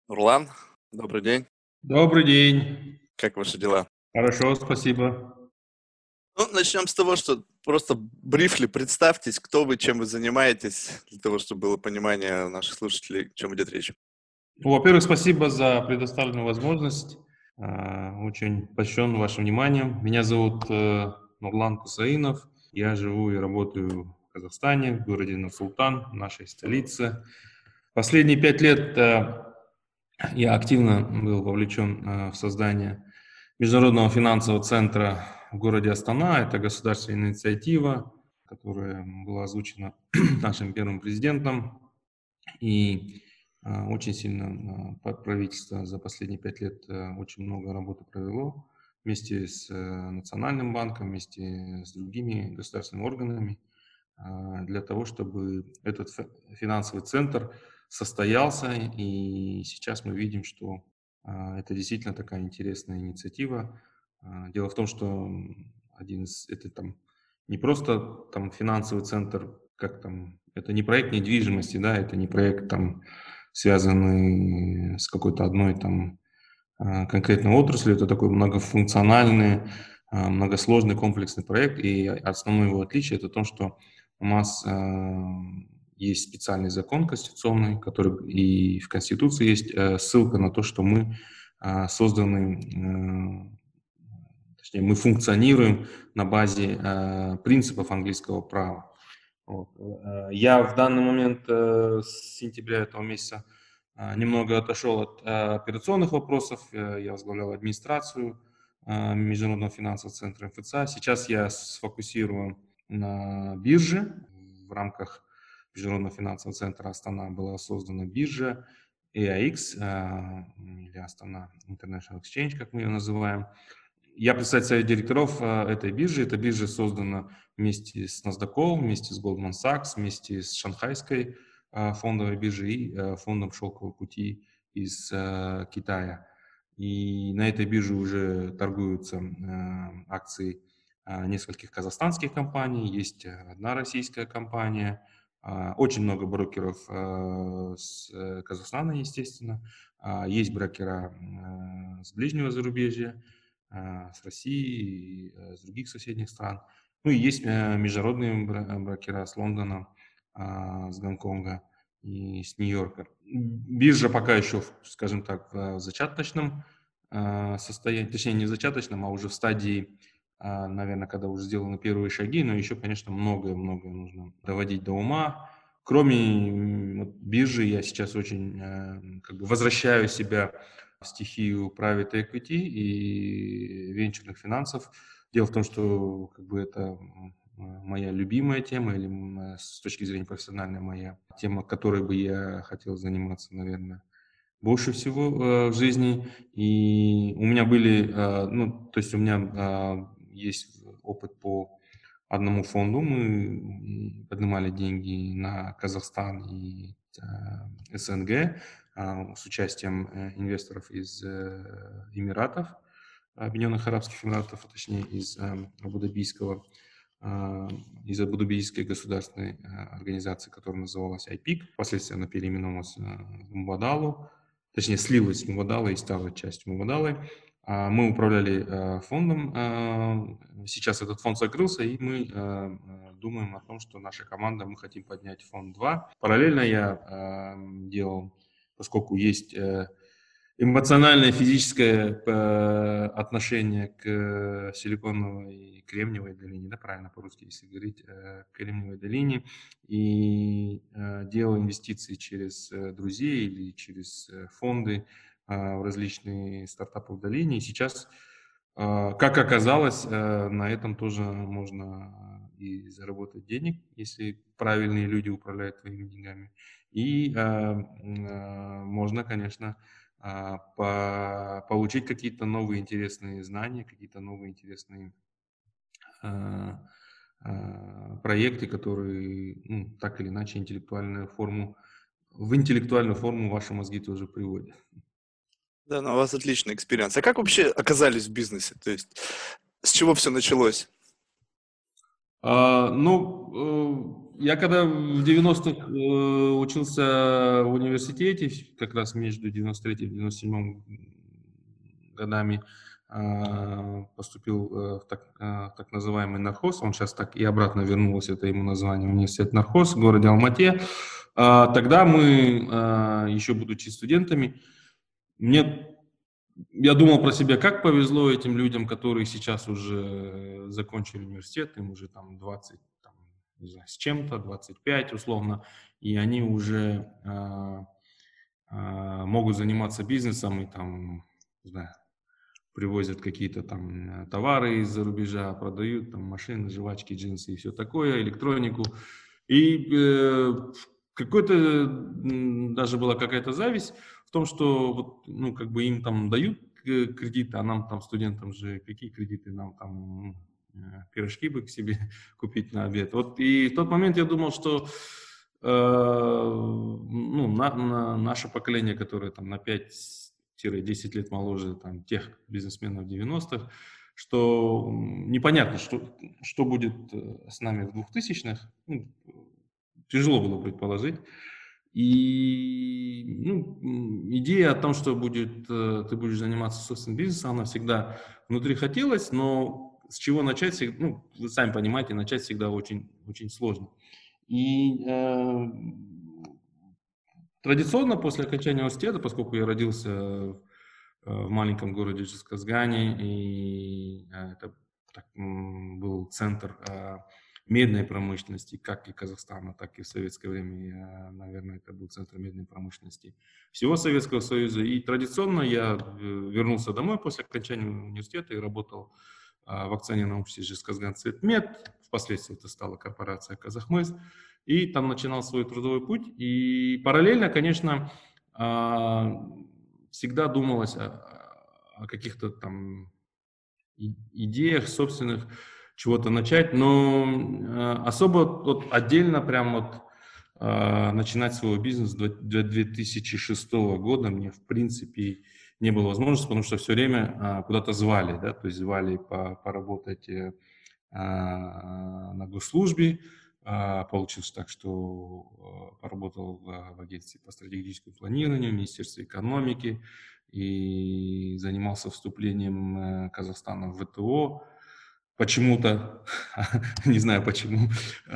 Нурлан, добрый день. Добрый день. Как ваши дела? Хорошо, спасибо. Ну, начнем с того, что просто брифли представьтесь, кто вы, чем вы занимаетесь, для того, чтобы было понимание у наших слушателей, о чем идет речь. Ну, во-первых, спасибо за предоставленную возможность. Очень польщен вашим вниманием. Меня зовут Нурлан Кусаинов. Я живу и работаю в Казахстане, в городе Нур-Султан, нашей столице. Последние 5 лет я активно был вовлечен в создание Международного финансового центра в городе Астана. Это государственная инициатива, которая была озвучена нашим первым президентом. И очень сильно правительство за последние 5 лет очень много работы провело вместе с Национальным банком, вместе с другими государственными органами для того, чтобы этот финансовый центр состоялся. И сейчас мы видим, что это действительно такая интересная инициатива. Дело в том, что это там не просто там финансовый центр, как там, это не проект недвижимости, да, это не проект там, связанный с какой-то одной там конкретной отраслью, это такой многофункциональный, многосложный комплексный проект, и основное его отличие это то, что у нас есть специальный закон конституционный, который и в Конституции есть ссылка на то, что мы созданы, точнее, мы функционируем на базе принципов английского права. Вот. Я в данный момент с сентября этого месяца немного отошел от операционных вопросов. Я возглавлял администрацию Международного финансового центра МФЦ. Сейчас я сфокусирован на бирже. В рамках Международного финансового центра Астана была создана биржа AIX, или Астана International Exchange, как мы ее называем. Я председатель совета директоров этой биржи. Эта биржа создана вместе с NASDAQ, вместе с Goldman Sachs, вместе с Шанхайской фондовой биржей и фондом «Шелкового пути» из Китая. И на этой бирже уже торгуются акции нескольких казахстанских компаний, есть одна российская компания, очень много брокеров с Казахстана, естественно, есть брокера с ближнего зарубежья, с России, с других соседних стран. Ну и есть международные брокера с Лондона, с Гонконга и с Нью-Йорка. Биржа пока еще, скажем так, в зачаточном состоянии, точнее не в зачаточном, а уже в стадии, наверное, когда уже сделаны первые шаги, но еще, конечно, многое-многое нужно доводить до ума. Кроме биржи, я сейчас очень как бы возвращаю себя в стихию private equity и венчурных финансов. Дело в том, что как бы это моя любимая тема или с точки зрения профессиональной моя тема, которой бы я хотел заниматься, наверное, больше всего в жизни. И у меня были, ну, то есть у меня есть опыт по одному фонду. Мы поднимали деньги на Казахстан и СНГ с участием инвесторов из Эмиратов, Объединенных Арабских Эмиратов, а точнее из Абу-Дабийской государственной организации, которая называлась IPIC. Впоследствии она переименовалась в Мубадалу, точнее слилась с Мубадалой и стала частью Мубадалы. Мы управляли фондом, сейчас этот фонд закрылся, и мы думаем о том, что наша команда, мы хотим поднять фонд 2. Параллельно я делал, поскольку есть эмоциональное, физическое отношение к Силиконовой и Кремниевой долине, да, правильно по-русски, если говорить, Кремниевой долине, и делал инвестиции через друзей или через фонды в различные стартапы в долине. И сейчас, как оказалось, на этом тоже можно и заработать денег, если правильные люди управляют твоими деньгами. И можно, конечно, получить какие-то новые интересные знания, какие-то новые интересные проекты, которые, ну, так или иначе в интеллектуальную форму ваши мозги тоже приводят. Да, ну, у вас отличный экспириенс. А как вообще оказались в бизнесе? То есть с чего все началось? я когда в 90-х учился в университете, как раз между 93 и 97 годами, поступил так называемый нархоз, он сейчас так и обратно вернулся, это ему название, университет нархоз в городе Алмате. Тогда мы, еще будучи студентами, я думал про себя, как повезло этим людям, которые сейчас уже закончили университет, им уже там 20, там, не знаю, с чем-то, 25 условно, и они уже могут заниматься бизнесом и там, не знаю, привозят какие-то там товары из-за рубежа, продают там машины, жвачки, джинсы и все такое, электронику. И даже была какая-то зависть в том, что вот, ну, как бы им там дают кредиты, а нам там, студентам же, какие кредиты, нам там пирожки бы к себе купить на обед. Вот и в тот момент я думал, что ну, наше поколение, которое там на 5-10 лет моложе там, тех бизнесменов 90-х, что непонятно, что будет с нами в 2000-х. Ну, тяжело было предположить. И ну, идея о том, что ты будешь заниматься собственным бизнесом, она всегда внутри хотелось, но с чего начать, ну, вы сами понимаете, начать всегда очень, очень сложно. И традиционно после окончания университета, поскольку я родился в маленьком городе Джасказгане, и это был центр медной промышленности, как и Казахстана, так и в советское время, наверное, это был центр медной промышленности всего Советского Союза. И традиционно я вернулся домой после окончания университета и работал в акционерном обществе Джасказган-Цветмет, впоследствии это стала корпорация Казахмыс, и там начинал свой трудовой путь. И параллельно, конечно, всегда думалось о каких-то там идеях собственных, чего-то начать, но особо вот отдельно прям вот начинать свой бизнес до 2006 года мне, в принципе, не было возможности, потому что все время куда-то звали, да, то есть звали поработать на госслужбе. Получилось так, что поработал в агентстве по стратегическому планированию, в Министерстве экономики и занимался вступлением Казахстана в ВТО. Почему-то, не знаю почему.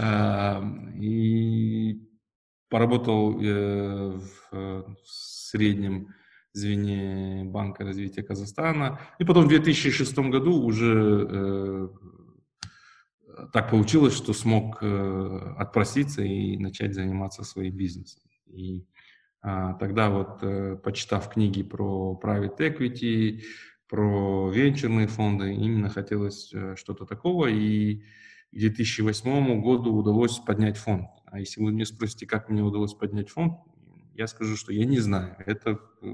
И поработал в среднем звене Банка развития Казахстана. И потом в 2006 году уже так получилось, что смог отпроситься и начать заниматься своим бизнесом. И тогда вот, почитав книги про private equity, про венчурные фонды, именно хотелось что-то такого. И к 2008 году удалось поднять фонд. А если вы мне спросите, как мне удалось поднять фонд, я скажу, что я не знаю. Это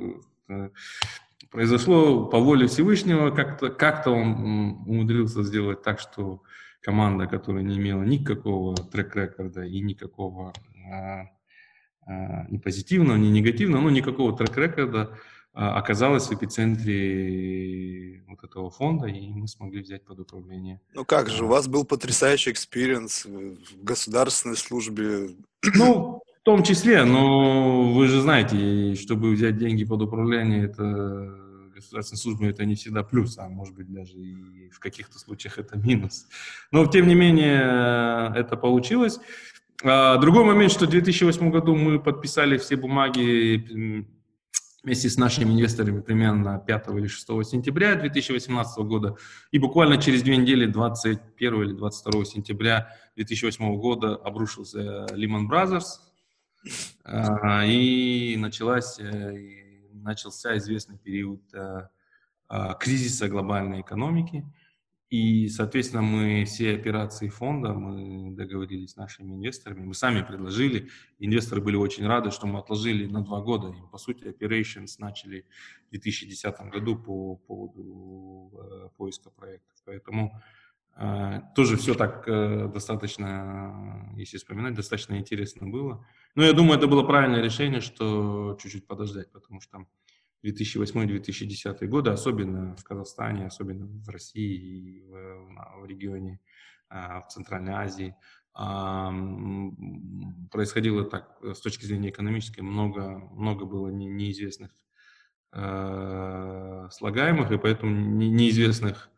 произошло по воле Всевышнего. Как-то он умудрился сделать так, что команда, которая не имела никакого трек-рекорда и никакого ни позитивного, ни негативного, но никакого трек-рекорда, оказалась в эпицентре вот этого фонда, и мы смогли взять под управление. Ну как же, у вас был потрясающий экспириенс в государственной службе. Ну, в том числе, но вы же знаете, чтобы взять деньги под управление, это государственной службе, это не всегда плюс, а может быть даже и в каких-то случаях это минус. Но тем не менее это получилось. Другой момент, что в 2008 году мы подписали все бумаги вместе с нашими инвесторами примерно 5 или 6 сентября 2018 года. И буквально через 2 недели, 21 или 22 сентября 2008 года, обрушился Lehman Brothers. И начался известный период кризиса глобальной экономики. И, соответственно, мы все операции фонда, мы договорились с нашими инвесторами, мы сами предложили. Инвесторы были очень рады, что мы отложили на 2 года. И, по сути, operations начали в 2010 году по поводу поиска проектов. Поэтому тоже все так достаточно, если вспоминать, достаточно интересно было. Но я думаю, это было правильное решение, что чуть-чуть подождать, потому что 2008-2010 годы, особенно в Казахстане, особенно в России и в регионе, в Центральной Азии, Происходило так, с точки зрения экономической, много было неизвестных слагаемых, и поэтому неизвестных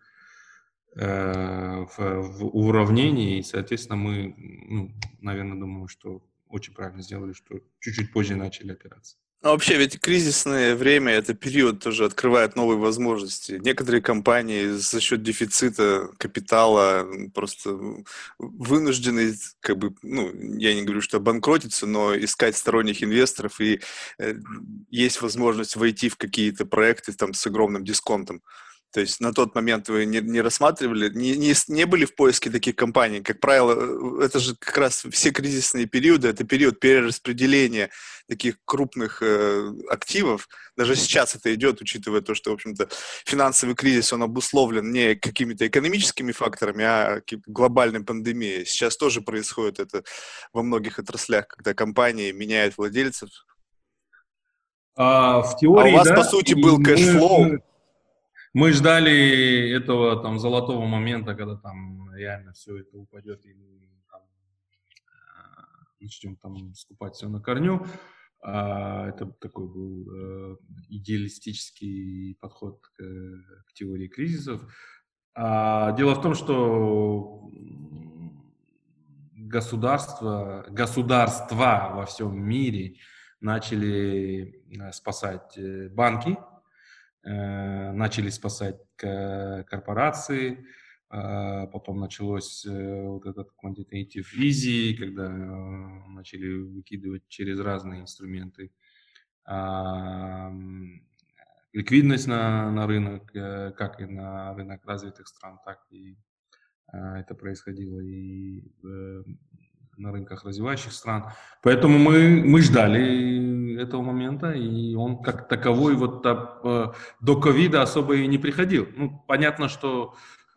в уравнении, и, соответственно, мы, наверное, думаю, что очень правильно сделали, что чуть-чуть позже начали опираться. А вообще, ведь кризисное время, это период тоже открывает новые возможности. Некоторые компании за счет дефицита капитала просто вынуждены, как бы, ну, я не говорю, что банкротиться, но искать сторонних инвесторов, и э, есть возможность войти в какие-то проекты там с огромным дисконтом. То есть на тот момент вы не рассматривали, не были в поиске таких компаний. Как правило, это же как раз все кризисные периоды, это период перераспределения таких крупных активов. Даже сейчас это идет, учитывая то, что, в общем-то, финансовый кризис, он обусловлен не какими-то экономическими факторами, а глобальной пандемией. Сейчас тоже происходит это во многих отраслях, когда компании меняют владельцев. В А у теории, вас, по да, сути, и был кэшфлоу. мы ждали этого там золотого момента, когда там реально все это упадет, и мы там, начнем там скупать все на корню. Это такой был идеалистический подход к теории кризисов. Дело в том, что государства во всем мире начали спасать банки, начали спасать корпорации, потом началось вот этот quantitative easy, когда начали выкидывать через разные инструменты ликвидность на рынок, как и на рынок развитых стран, так и это происходило и на рынках развивающих стран. Поэтому мы ждали этого момента, и он как таковой вот до ковида особо и не приходил. Ну, понятно, что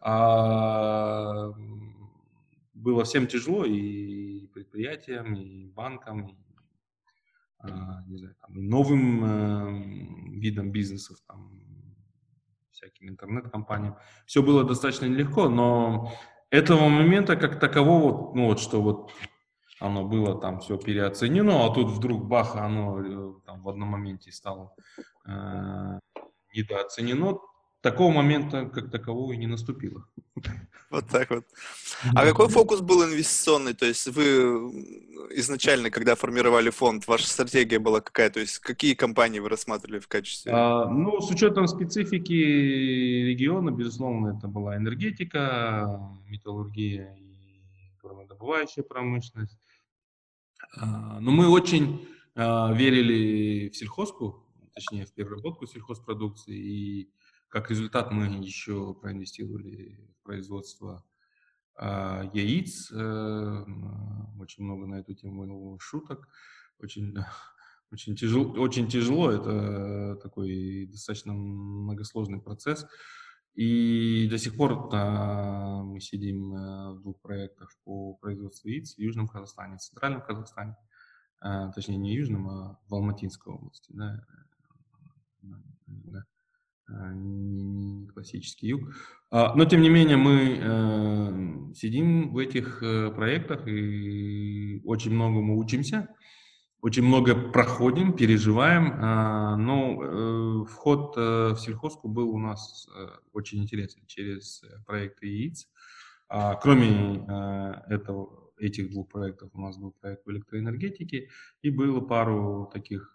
было всем тяжело, и предприятиям, и банкам, и, не знаю, там, и новым видам бизнесов, там, всяким интернет-компаниям. Все было достаточно нелегко, но этого момента как такового, ну вот что вот оно было там все переоценено, а тут вдруг бах, оно там в одном моменте стало недооценено. Такого момента как такового и не наступило. Вот так вот. А какой фокус был инвестиционный? То есть вы изначально, когда формировали фонд, ваша стратегия была какая? То есть какие компании вы рассматривали в качестве? Ну, с учетом специфики региона, безусловно, это была энергетика, металлургия и горнодобывающая промышленность. Но мы очень верили в сельхозку, точнее, в переработку сельхозпродукции, и как результат мы еще проинвестировали в производство яиц. Очень много на эту тему было шуток. Очень, очень тяжело. Это такой достаточно многосложный процесс. И до сих пор мы сидим в 2 проектах по производству яиц в Южном Казахстане, в Центральном Казахстане. Точнее, не Южном, а в Алматинской области. Да, да. Не классический юг. Но, тем не менее, мы сидим в этих проектах и очень многому учимся, очень много проходим, переживаем. Но вход в сельхозку был у нас очень интересный через проекты яиц. Кроме этих 2 проектов у нас был проект в электроэнергетике и было пару таких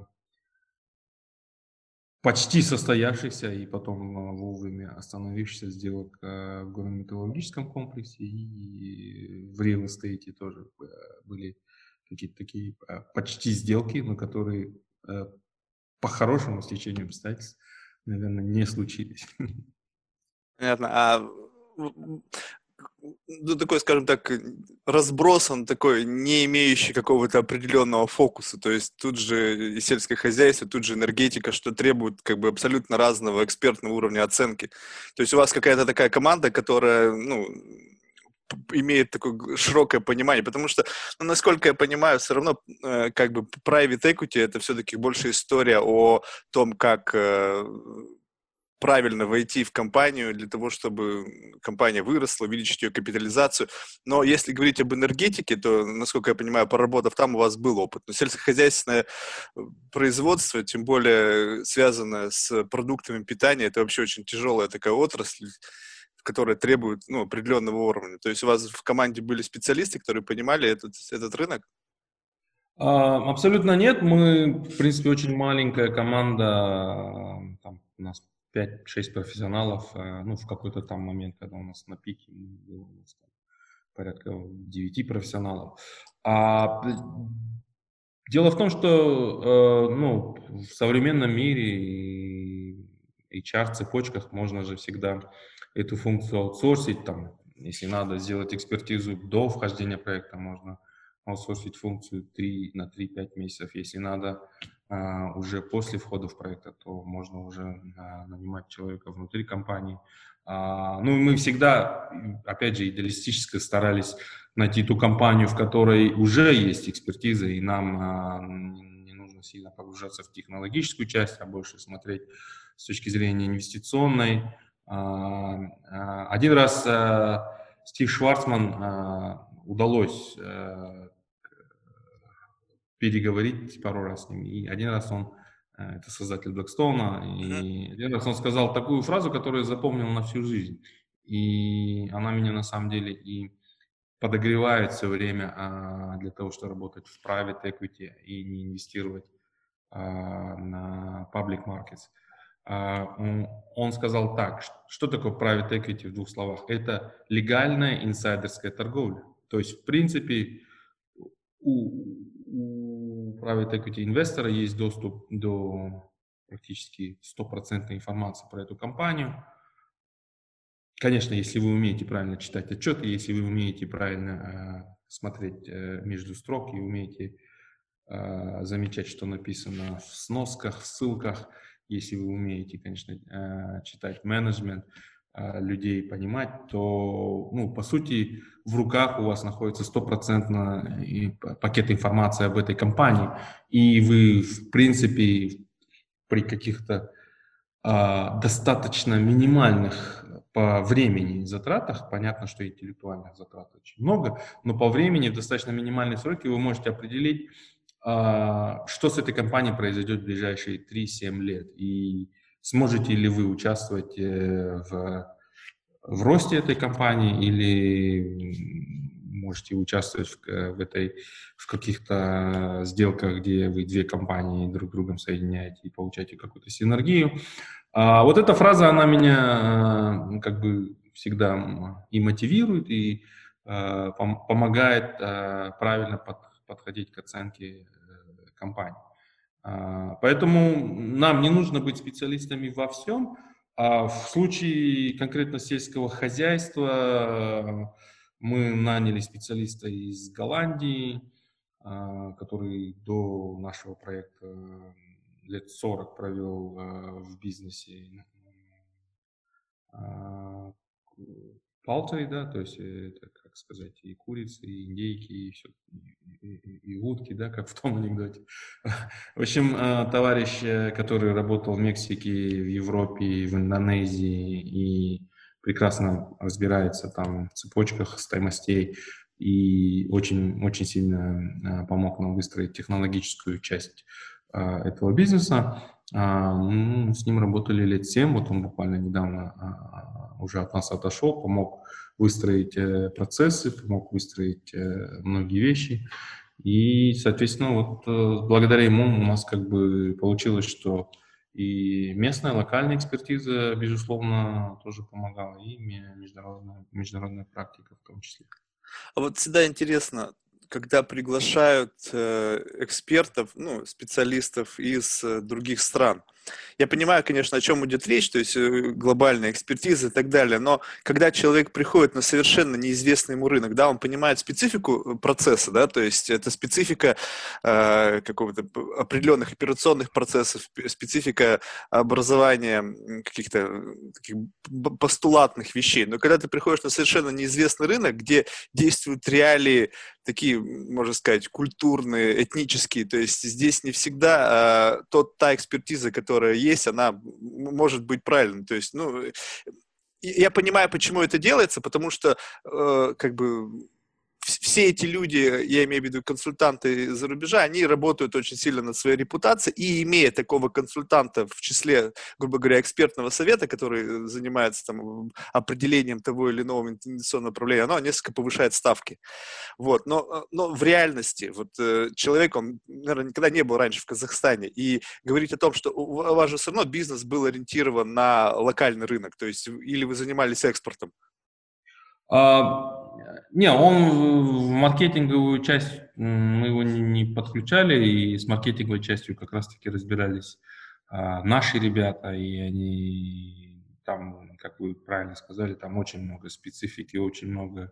почти состоявшихся и потом вовремя остановившихся сделок в горно-металлургическом комплексе, и в real estate тоже были какие-то такие почти сделки, но которые по хорошему стечению обстоятельств, наверное, не случились. Понятно. Ну, такой, скажем так, разбросан, такой, не имеющий какого-то определенного фокуса. То есть тут же и сельское хозяйство, тут же энергетика, что требует как бы абсолютно разного экспертного уровня оценки. То есть у вас какая-то такая команда, которая, ну, имеет такое широкое понимание, потому что, ну, насколько я понимаю, все равно как бы private equity это все-таки больше история о том, как правильно войти в компанию для того, чтобы компания выросла, увеличить ее капитализацию. Но если говорить об энергетике, то, насколько я понимаю, поработав там, у вас был опыт. Но сельскохозяйственное производство, тем более связанное с продуктами питания, это вообще очень тяжелая такая отрасль, которая требует определенного уровня. То есть у вас в команде были специалисты, которые понимали этот рынок? Абсолютно нет. Мы, в принципе, очень маленькая команда. Там у нас 5-6 профессионалов. Ну, в какой-то там момент, когда у нас на пике было у нас там порядка 9 профессионалов. Дело в том, что ну, в современном мире и HR-цепочках можно же всегда эту функцию аутсорсить. Там, если надо сделать экспертизу до вхождения проекта, можно аутсорсить функцию на 3-5 месяцев. Если надо уже после входа в проект, то можно уже нанимать человека внутри компании. Ну, мы всегда, опять же, идеалистически старались найти ту компанию, в которой уже есть экспертиза, и нам не нужно сильно погружаться в технологическую часть, а больше смотреть с точки зрения инвестиционной. Один раз Стив Шварцман удалось переговорить пару раз с ним, и один раз он, это создатель Blackstone, и один раз он сказал такую фразу, которую я запомнил на всю жизнь, и она меня на самом деле и подогревает все время для того, чтобы работать в private equity и не инвестировать на public markets. Он сказал так, что такое private equity в двух словах? Это легальная инсайдерская торговля. То есть, в принципе, у private equity инвестора есть доступ до практически 100% информации про эту компанию. Конечно, если вы умеете правильно читать отчеты, если вы умеете правильно смотреть между строк и умеете замечать, что написано в сносках, в ссылках, если вы умеете, конечно, читать менеджмент, людей понимать, то, ну, по сути, в руках у вас находится 100% пакет информации об этой компании, и вы, в принципе, при каких-то достаточно минимальных по времени затратах, понятно, что интеллектуальных затрат очень много, но по времени в достаточно минимальные сроки вы можете определить, что с этой компанией произойдет в ближайшие 3-7 лет, и сможете ли вы участвовать в росте этой компании, или можете участвовать в каких-то сделках, где вы две компании друг с другом соединяете и получаете какую-то синергию. Вот эта фраза, она меня как бы всегда и мотивирует, и помогает правильно подходить к оценке компании. Поэтому нам не нужно быть специалистами во всем. В случае конкретно сельского хозяйства мы наняли специалиста из Голландии, который до нашего проекта лет 40 провел в бизнесе poultry, да, то есть это, как сказать, и курицы, и индейки, и все, и утки, да, как в том анекдоте. В общем, товарищ, который работал в Мексике, в Европе, в Индонезии и прекрасно разбирается там в цепочках стоимостей и очень, очень сильно помог нам выстроить технологическую часть этого бизнеса. С ним работали лет 7, вот он буквально недавно уже от нас отошел, помог выстроить процессы, помог выстроить многие вещи. И, соответственно, вот благодаря ему у нас как бы получилось, что и местная, локальная экспертиза, безусловно, тоже помогала, и международная практика в том числе. А вот всегда интересно, когда приглашают экспертов, специалистов из других стран. Я понимаю, конечно, о чем идет речь, то есть глобальная экспертиза и так далее, но когда человек приходит на совершенно неизвестный ему рынок, да, он понимает специфику процесса, да, то есть это специфика какого-то определенных операционных процессов, специфика образования каких-то таких постулатных вещей, но когда ты приходишь на совершенно неизвестный рынок, где действуют реалии такие, можно сказать, культурные, этнические, то есть здесь не всегда та экспертиза, которая которая есть, она может быть правильной. То есть, ну, я понимаю, почему это делается, потому что как бы все эти люди, я имею в виду консультанты за рубежа, они работают очень сильно над своей репутацией, и имея такого консультанта в числе, грубо говоря, экспертного совета, который занимается там определением того или иного инвестиционного направления, оно несколько повышает ставки. Вот. Но в реальности вот, человек, он, наверное, никогда не был раньше в Казахстане, и говорить о том, что у вас же все равно бизнес был ориентирован на локальный рынок, то есть или вы занимались экспортом? А, Не, он в маркетинговую часть, мы его не подключали, и с маркетинговой частью как раз-таки разбирались наши ребята, и они там, как вы правильно сказали, там очень много специфики, очень много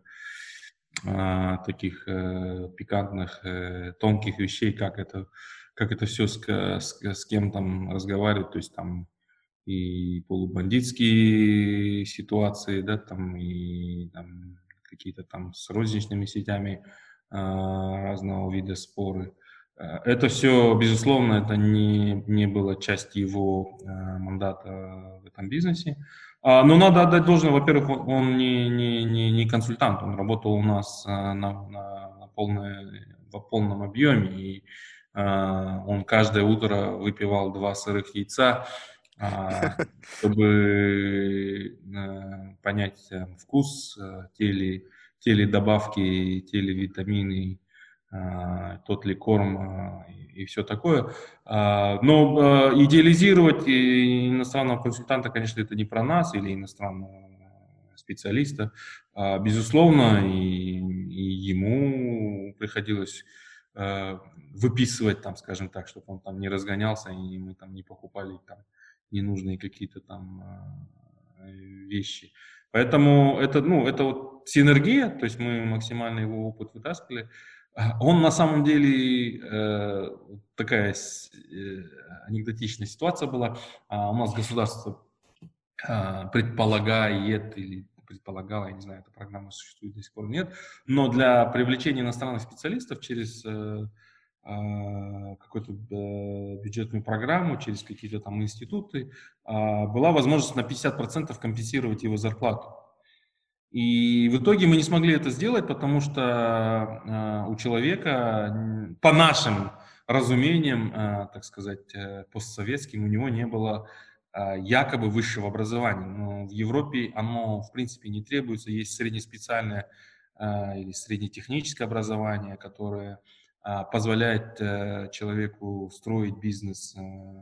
таких пикантных, тонких вещей, как это все с кем там разговаривать, то есть там и полубандитские ситуации, да, там и там, какие-то там с розничными сетями разного вида споры. Это все, безусловно, это не было частью его мандата в этом бизнесе. Но надо отдать должное, во-первых, он не консультант, он работал у нас в полном объеме, и он каждое утро выпивал 2 сырых яйца, чтобы понять вкус, те ли добавки, те ли витамины, тот ли корм и все такое. Но идеализировать иностранного консультанта, конечно, это не про нас или иностранного специалиста. Безусловно, и ему приходилось выписывать, там, скажем так, чтобы он там не разгонялся, и мы там не покупали там ненужные какие-то там вещи. Поэтому это, ну, это вот синергия, то есть мы максимально его опыт вытаскивали. Он на самом деле такая анекдотичная ситуация была. У нас государство предполагает или предполагало, я не знаю, эта программа существует до сих пор, нет, но для привлечения иностранных специалистов через какую-то бюджетную программу, через какие-то там институты, была возможность на 50% компенсировать его зарплату. И в итоге мы не смогли это сделать, потому что у человека, по нашим разумениям, так сказать, постсоветским, у него не было якобы высшего образования. Но в Европе оно, в принципе, не требуется. Есть среднеспециальное или среднетехническое образование, которое позволяет человеку строить бизнес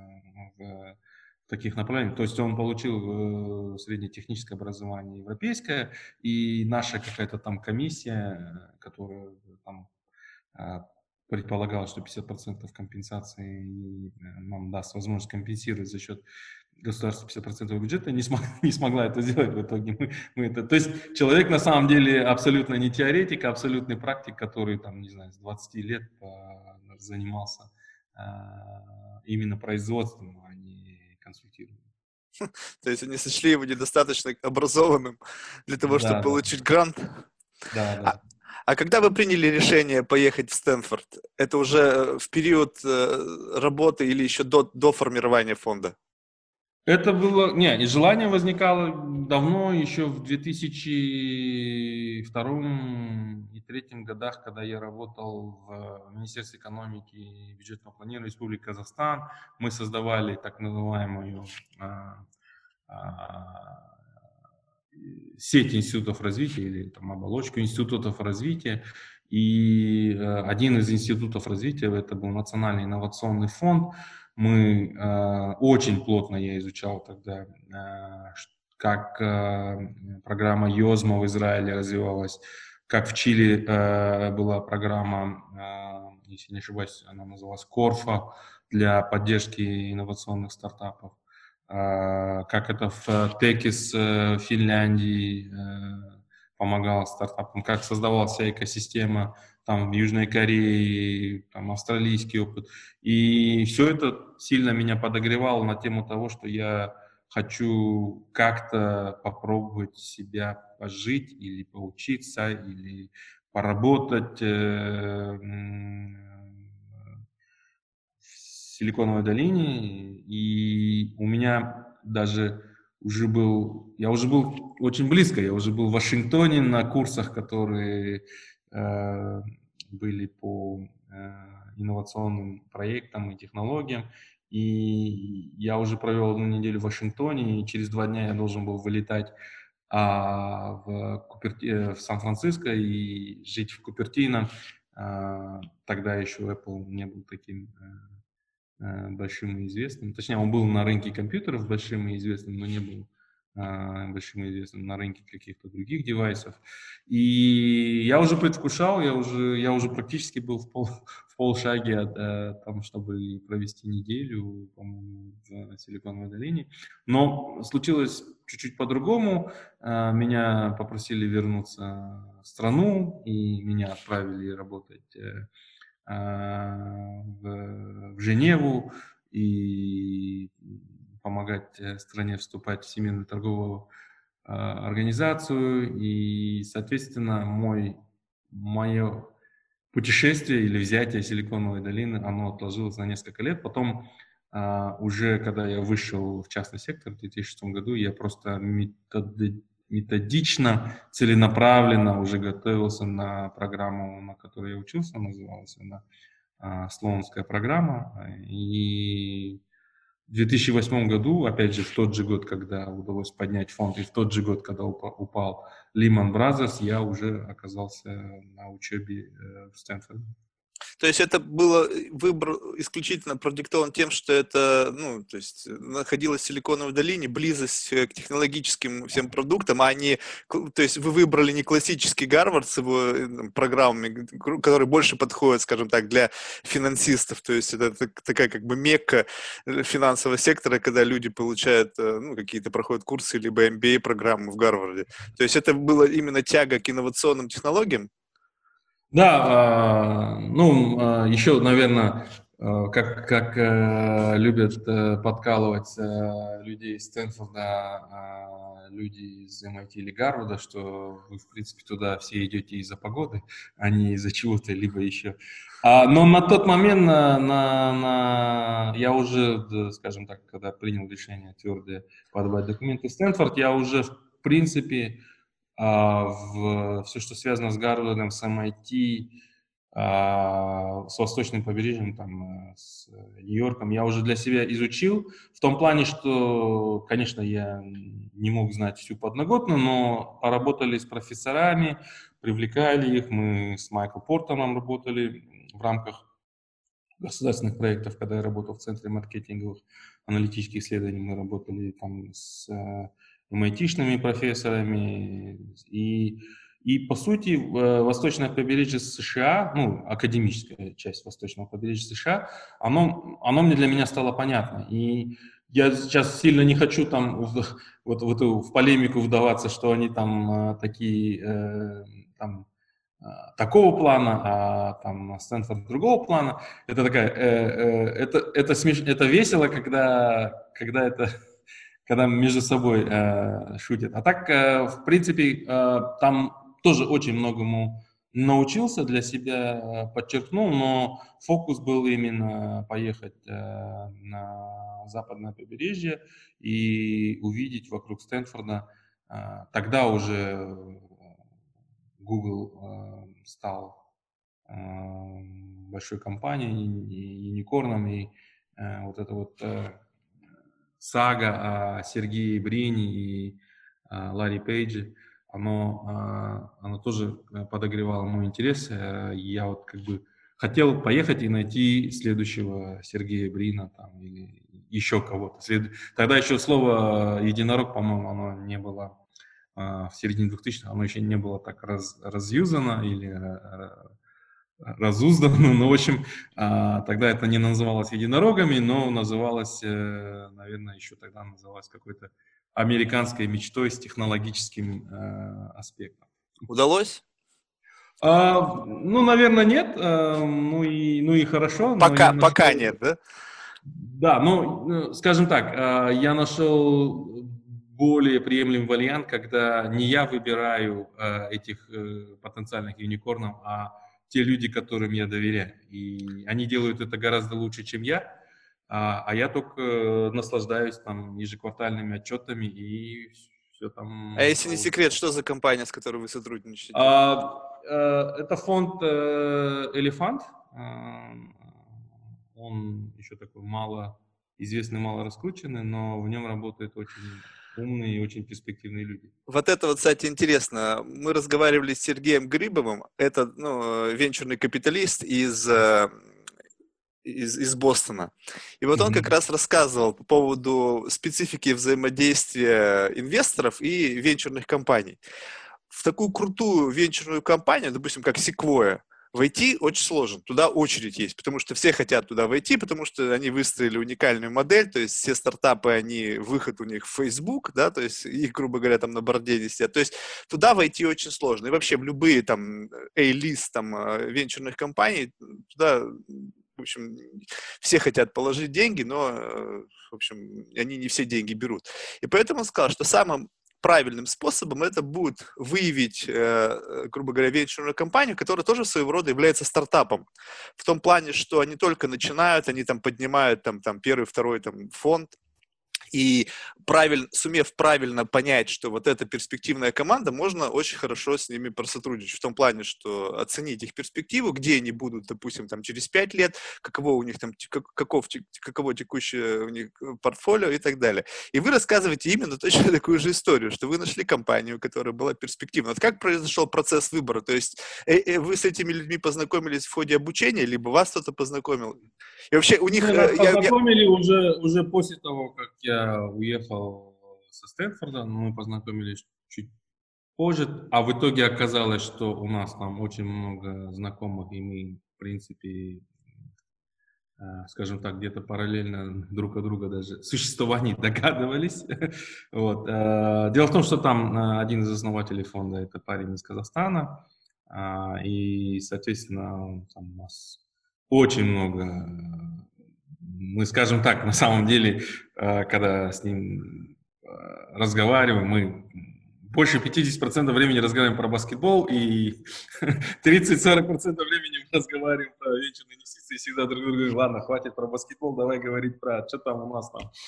в таких направлениях. То есть он получил среднетехническое образование европейское, и наша какая-то там комиссия, которая там предполагала, что 50% компенсации нам даст возможность компенсировать за счет государства 50% бюджета, не смогла это сделать в итоге. Мы это, то есть человек на самом деле абсолютно не теоретик, а абсолютный практик, который там, не знаю, с 20 лет занимался именно производством, а не консультированием. То есть они сочли его недостаточно образованным для того, чтобы Да, да, получить грант. да, А, да. а когда вы приняли решение поехать в Стэнфорд, это уже в период работы или еще до формирования фонда? Это было, не, и желание возникало давно, еще в 2002 и 2003 годах, когда я работал в Министерстве экономики и бюджетного планирования Республики Казахстан. Мы создавали так называемую а, сеть институтов развития или там оболочку институтов развития. И один из институтов развития это был Национальный инновационный фонд. Мы очень плотно я изучал тогда, как программа ЙОЗМА в Израиле развивалась, как в Чили была программа, если не ошибаюсь, она называлась Корфа для поддержки инновационных стартапов. Как это в Текис Финляндии помогал стартапам, как создавалась вся экосистема там в Южной Корее, там австралийский опыт. И все это сильно меня подогревало на тему того, что я хочу как-то попробовать себя пожить или поучиться, или поработать в Силиконовой долине. И у меня даже я уже был очень близко, я уже был в Вашингтоне на курсах, которые были по инновационным проектам и технологиям. И я уже провел 1 неделю в Вашингтоне, и через 2 дня я должен был вылетать в Сан-Франциско и жить в Купертино. Тогда еще Apple не был таким большим и известным. Точнее, он был на рынке компьютеров большим и известным, но не был большим и известным на рынке каких-то других девайсов. И я уже предвкушал, я уже практически был в полшаге от там, чтобы провести неделю, по-моему, в Силиконовой долине. Но случилось чуть-чуть по-другому. Меня попросили вернуться в страну, и меня отправили работать в Женеву и помогать стране вступать в Всемирную торговую организацию. И, соответственно, мое путешествие или взятие Силиконовой долины, оно отложилось на несколько лет. Потом, уже когда я вышел в частный сектор в 2006 году, я просто методично, целенаправленно уже готовился на программу, на которой я учился, называлась она Слоунская программа. И в 2008 году, опять же, в тот же год, когда удалось поднять фонд, и в тот же год, когда упал Lehman Brothers, я уже оказался на учебе в Стэнфорде. То есть это было выбор исключительно продиктован тем, что это, ну, то есть находилась в Силиконовой долине, близость к технологическим всем продуктам, а не, то есть вы выбрали не классический Гарвард с его программами, которые больше подходят, скажем так, для финансистов, то есть это такая как бы мекка финансового сектора, когда люди получают, ну, какие-то проходят курсы, либо MBA-программы в Гарварде. То есть это была именно тяга к инновационным технологиям? Да, ну, еще, наверное, как любят подкалывать людей из Стэнфорда, люди из MIT или Гарварда, что вы, в принципе, туда все идете из-за погоды, а не из-за чего-то, либо еще. Но на тот момент я уже, скажем так, когда принял решение твердое подавать документы в Стэнфорд, я уже, в принципе, все, что связано с Гарвардом, с MIT, с восточным побережьем, там, с Нью-Йорком, я уже для себя изучил, в том плане, что, конечно, я не мог знать всю подноготную, но поработали с профессорами, привлекали их, мы с Майклом Портоном работали в рамках государственных проектов, когда я работал в Центре маркетинговых аналитических исследований, мы работали там с MIT-шными профессорами, и по сути, восточное побережье США, ну, академическая часть восточного побережья США, оно для меня стало понятно. И я сейчас сильно не хочу там в полемику вдаваться, что они там такие, там, такого плана, а там Стэнфорд другого плана. Это такая, это весело, когда между собой шутят. А так, в принципе, там тоже очень многому научился, для себя подчеркнул, но фокус был именно поехать на западное побережье и увидеть вокруг Стэнфорда. Тогда уже Google стал большой компанией, юникорном, и вот эта вот сага о Сергее Брине и Ларри Пейдже, оно тоже подогревало мой интерес. Я вот как бы хотел поехать и найти следующего Сергея Брина там, или еще кого-то. Тогда еще слово «единорог», по-моему, оно не было в середине 2000-х, оно еще не было так разюзано или разуздано, но, в общем, тогда это не называлось единорогами, но называлось, наверное, еще тогда называлось какой-то американской мечтой с технологическим аспектом. Удалось? Ну, наверное, нет, ну и хорошо, но я Пока нашел... нет, да? Да, ну, скажем так, я нашел более приемлемый вариант, когда не я выбираю этих потенциальных юникорнов, а те люди, которым я доверяю. И они делают это гораздо лучше, чем я. а я только наслаждаюсь там ежеквартальными отчетами и все А там. если не секрет, что за компания, с которой вы сотрудничаете? Это фонд «Элефант». Он еще такой мало известный, мало раскрученный, но в нем работают очень умные и очень перспективные люди. Вот это вот, кстати, интересно. Мы разговаривали с Сергеем Грибовым, это венчурный капиталист из Бостона. И вот он как Мгм. раз рассказывал по поводу специфики взаимодействия инвесторов и венчурных компаний. В такую крутую венчурную компанию, допустим, как Sequoia, войти очень сложно. Туда очередь есть, потому что все хотят туда войти, потому что они выстроили уникальную модель, то есть все стартапы, они, выход у них в Facebook, да, то есть их, грубо говоря, там на борде не сидят. То есть туда войти очень сложно. И вообще в любые там A-лист там венчурных компаний, туда, в общем, все хотят положить деньги, но, в общем, они не все деньги берут. И поэтому он сказал, что самым правильным способом это будет выявить, грубо говоря, венчурную компанию, которая тоже своего рода является стартапом. В том плане, что они только начинают, они там поднимают там первый, второй там фонд, и сумев правильно понять, что вот эта перспективная команда, можно очень хорошо с ними просотрудничать. В том плане, что оценить их перспективу, где они будут, допустим, там, через 5 лет, каково у них там, каково текущее у них портфолио и так далее. И вы рассказываете именно точно такую же историю, что вы нашли компанию, которая была перспективна. Вот как произошел процесс выбора? То есть вы с этими людьми познакомились в ходе обучения, либо вас кто-то познакомил? И вообще у них, Мы нас познакомили уже после того, как я уехал со Стэнфорда, мы познакомились чуть позже, а в итоге оказалось, что у нас там очень много знакомых, и мы, в принципе, скажем так, где-то параллельно друг от друга даже существований догадывались. Вот. Дело в том, что там один из основателей фонда — это парень из Казахстана, и, соответственно, там у нас очень много, мы, скажем так, на самом деле, когда с ним разговариваем, мы больше 50% времени разговариваем про баскетбол, и 30-40% времени мы разговариваем про венчурные инвестиции, и всегда друг другу говорим: ладно, хватит про баскетбол, давай говорить про, что там у нас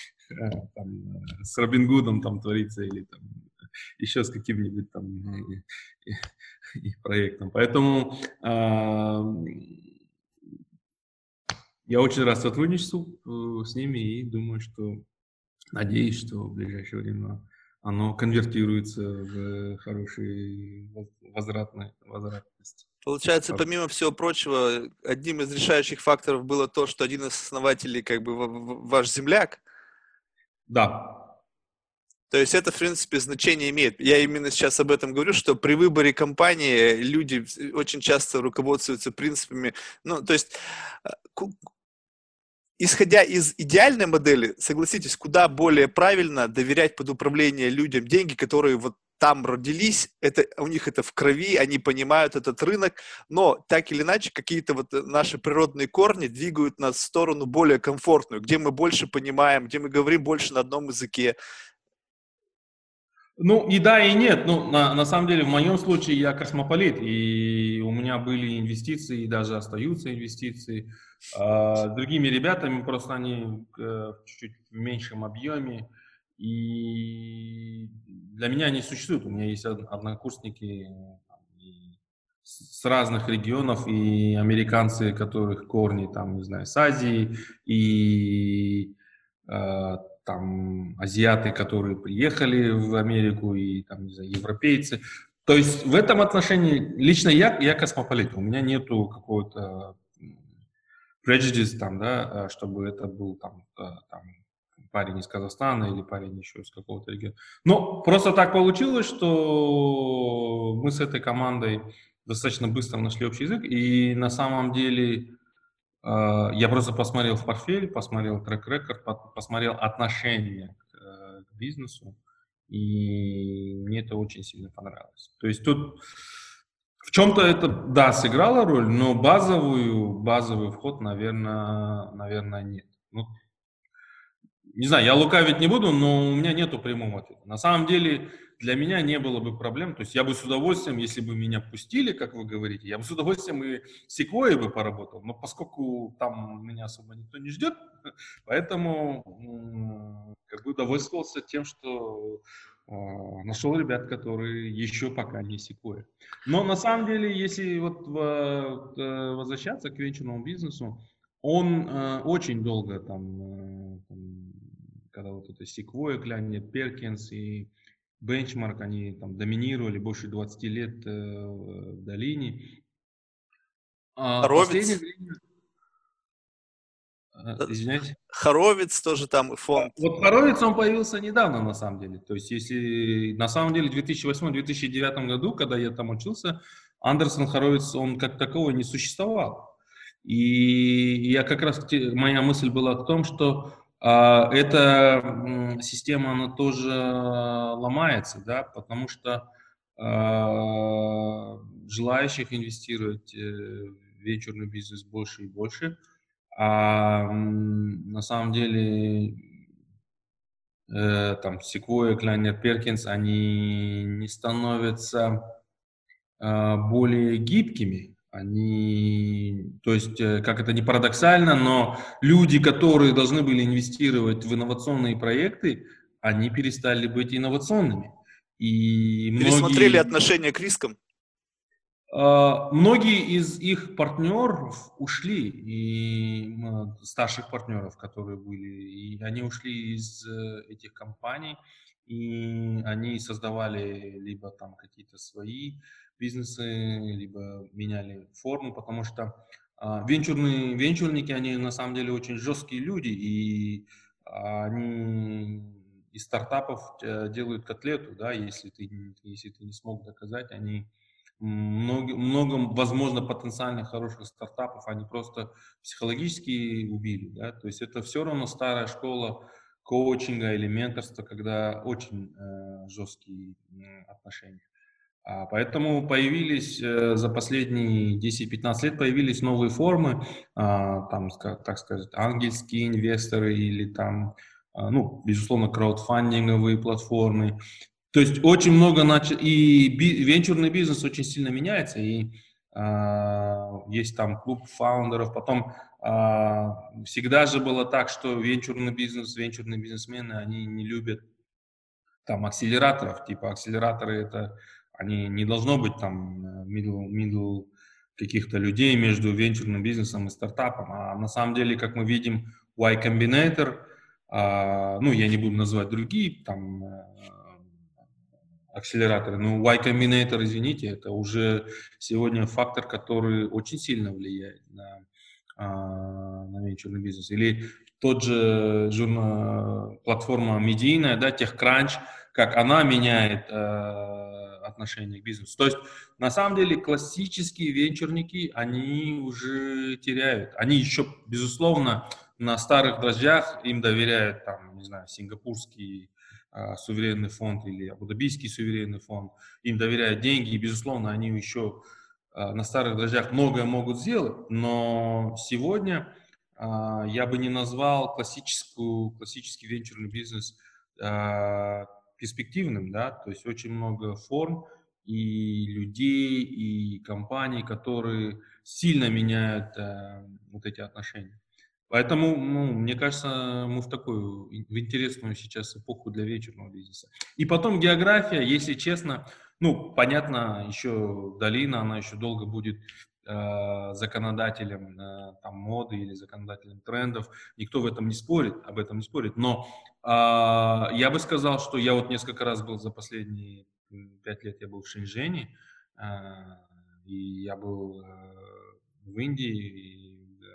с Робин Гудом там творится, или там еще с каким-нибудь там проектом. Поэтому я очень рад сотрудничеству с ними и думаю, что, надеюсь, что в ближайшее время оно конвертируется в хорошие возвратность. Получается, помимо всего прочего, одним из решающих факторов было то, что один из основателей, как бы, ваш земляк. Да. То есть это, в принципе, значение имеет. Я именно сейчас об этом говорю, что при выборе компании люди очень часто руководствуются принципами, ну, то есть, исходя из идеальной модели, согласитесь, куда более правильно доверять под управление людям деньги, которые вот там родились, это, у них это в крови, они понимают этот рынок, но так или иначе какие-то вот наши природные корни двигают нас в сторону более комфортную, где мы больше понимаем, где мы говорим больше на одном языке. Ну, и да, и нет. Ну, на самом деле, в моем случае я космополит, и у меня были инвестиции, и даже остаются инвестиции. С другими ребятами просто они чуть-чуть в меньшем объеме, и для меня они существуют. У меня есть однокурсники с разных регионов, и американцы, которых корни, там, не знаю, с Азии, и там азиаты, которые приехали в Америку, и там, не знаю, европейцы. То есть в этом отношении лично я космополит. У меня нету какого-то prejudice там, да, чтобы это был там парень из Казахстана или парень еще из какого-то региона. Но просто так получилось, что мы с этой командой достаточно быстро нашли общий язык, и на самом деле я просто посмотрел в портфель, посмотрел трек-рекорд, посмотрел отношение к бизнесу, и мне это очень сильно понравилось. То есть тут в чем-то это, да, сыграло роль, но базовый вход, наверное, нет. Ну, Не знаю, я лукавить не буду, но у меня нету прямого ответа. На самом деле, для меня не было бы проблем. То есть я бы с удовольствием, если бы меня пустили, как вы говорите, я бы с удовольствием и с Sequoia бы поработал. Но поскольку там меня особо никто не ждет, поэтому как бы довольствовался тем, что нашел ребят, которые еще пока не Sequoia. Но на самом деле, если вот возвращаться к венчурному бизнесу, он очень долго когда вот это Sequoia, Kleiner Perkins и Benchmark, они там доминировали больше 20 лет в долине. А в последнее Хоровиц, время, э, извиняюсь, Хоровиц тоже там фонд. вот Хоровиц, он появился недавно на самом деле. То есть если на самом деле в 2008-2009 году, когда я там учился, Андерсон Хоровиц, он как таковой не существовал. И я как раз, моя мысль была в том, что эта система, она тоже ломается, да, потому что желающих инвестировать в венчурный бизнес больше и больше. На самом деле там Sequoia, Kleiner Perkins, они не становятся более гибкими. Они, то есть, как это не парадоксально, но люди, которые должны были инвестировать в инновационные проекты, они перестали быть инновационными. И Пересмотрели многие отношение к рискам. Многие из их партнеров ушли, и старших партнеров, которые были, и они ушли из этих компаний, и они создавали либо там какие-то свои бизнесы, либо меняли форму, потому что венчурники, они на самом деле очень жесткие люди, и они из стартапов делают котлету, да, если ты не смог доказать, они много, возможно, потенциальных хороших стартапов, они просто психологически убили, да, то есть это все равно старая школа коучинга или менторства, когда очень жесткие отношения. Поэтому появились за последние 10-15 лет появились новые формы, там, так сказать, ангельские инвесторы или там, ну, безусловно, краудфандинговые платформы, то есть очень много и венчурный бизнес очень сильно меняется, и есть там клуб фаундеров, потом всегда же было так, что венчурный бизнес, венчурные бизнесмены, они не любят там акселераторов, типа акселераторы это, они не должно быть там middle каких-то людей между венчурным бизнесом и стартапом, а на самом деле, как мы видим, Y Combinator, ну, я не буду называть другие там акселераторы. Ну, Y Combinator, извините, это уже сегодня фактор, который очень сильно влияет на венчурный бизнес. Или тот же платформа медийная, да, TechCrunch, как она меняет отношение к бизнесу. То есть, на самом деле, классические венчурники, они уже теряют. Они еще, безусловно, на старых дрожжах им доверяют, там, не знаю, сингапурский суверенный фонд или абу-дабийский суверенный фонд, им доверяют деньги, и, безусловно, они еще на старых дрожжах многое могут сделать, но сегодня я бы не назвал классический венчурный бизнес перспективным, да, то есть очень много форм и людей, и компаний, которые сильно меняют вот эти отношения. Поэтому, ну, мне кажется, мы в интересную сейчас эпоху для вечерного бизнеса. И потом география, если честно, ну, понятно, еще долина, она еще долго будет законодателем там, моды или законодателем трендов. Никто в этом не спорит, об этом не спорит. Но я бы сказал, что я вот несколько раз был за последние 5 лет, я был в Шэньчжэне, и я был в Индии,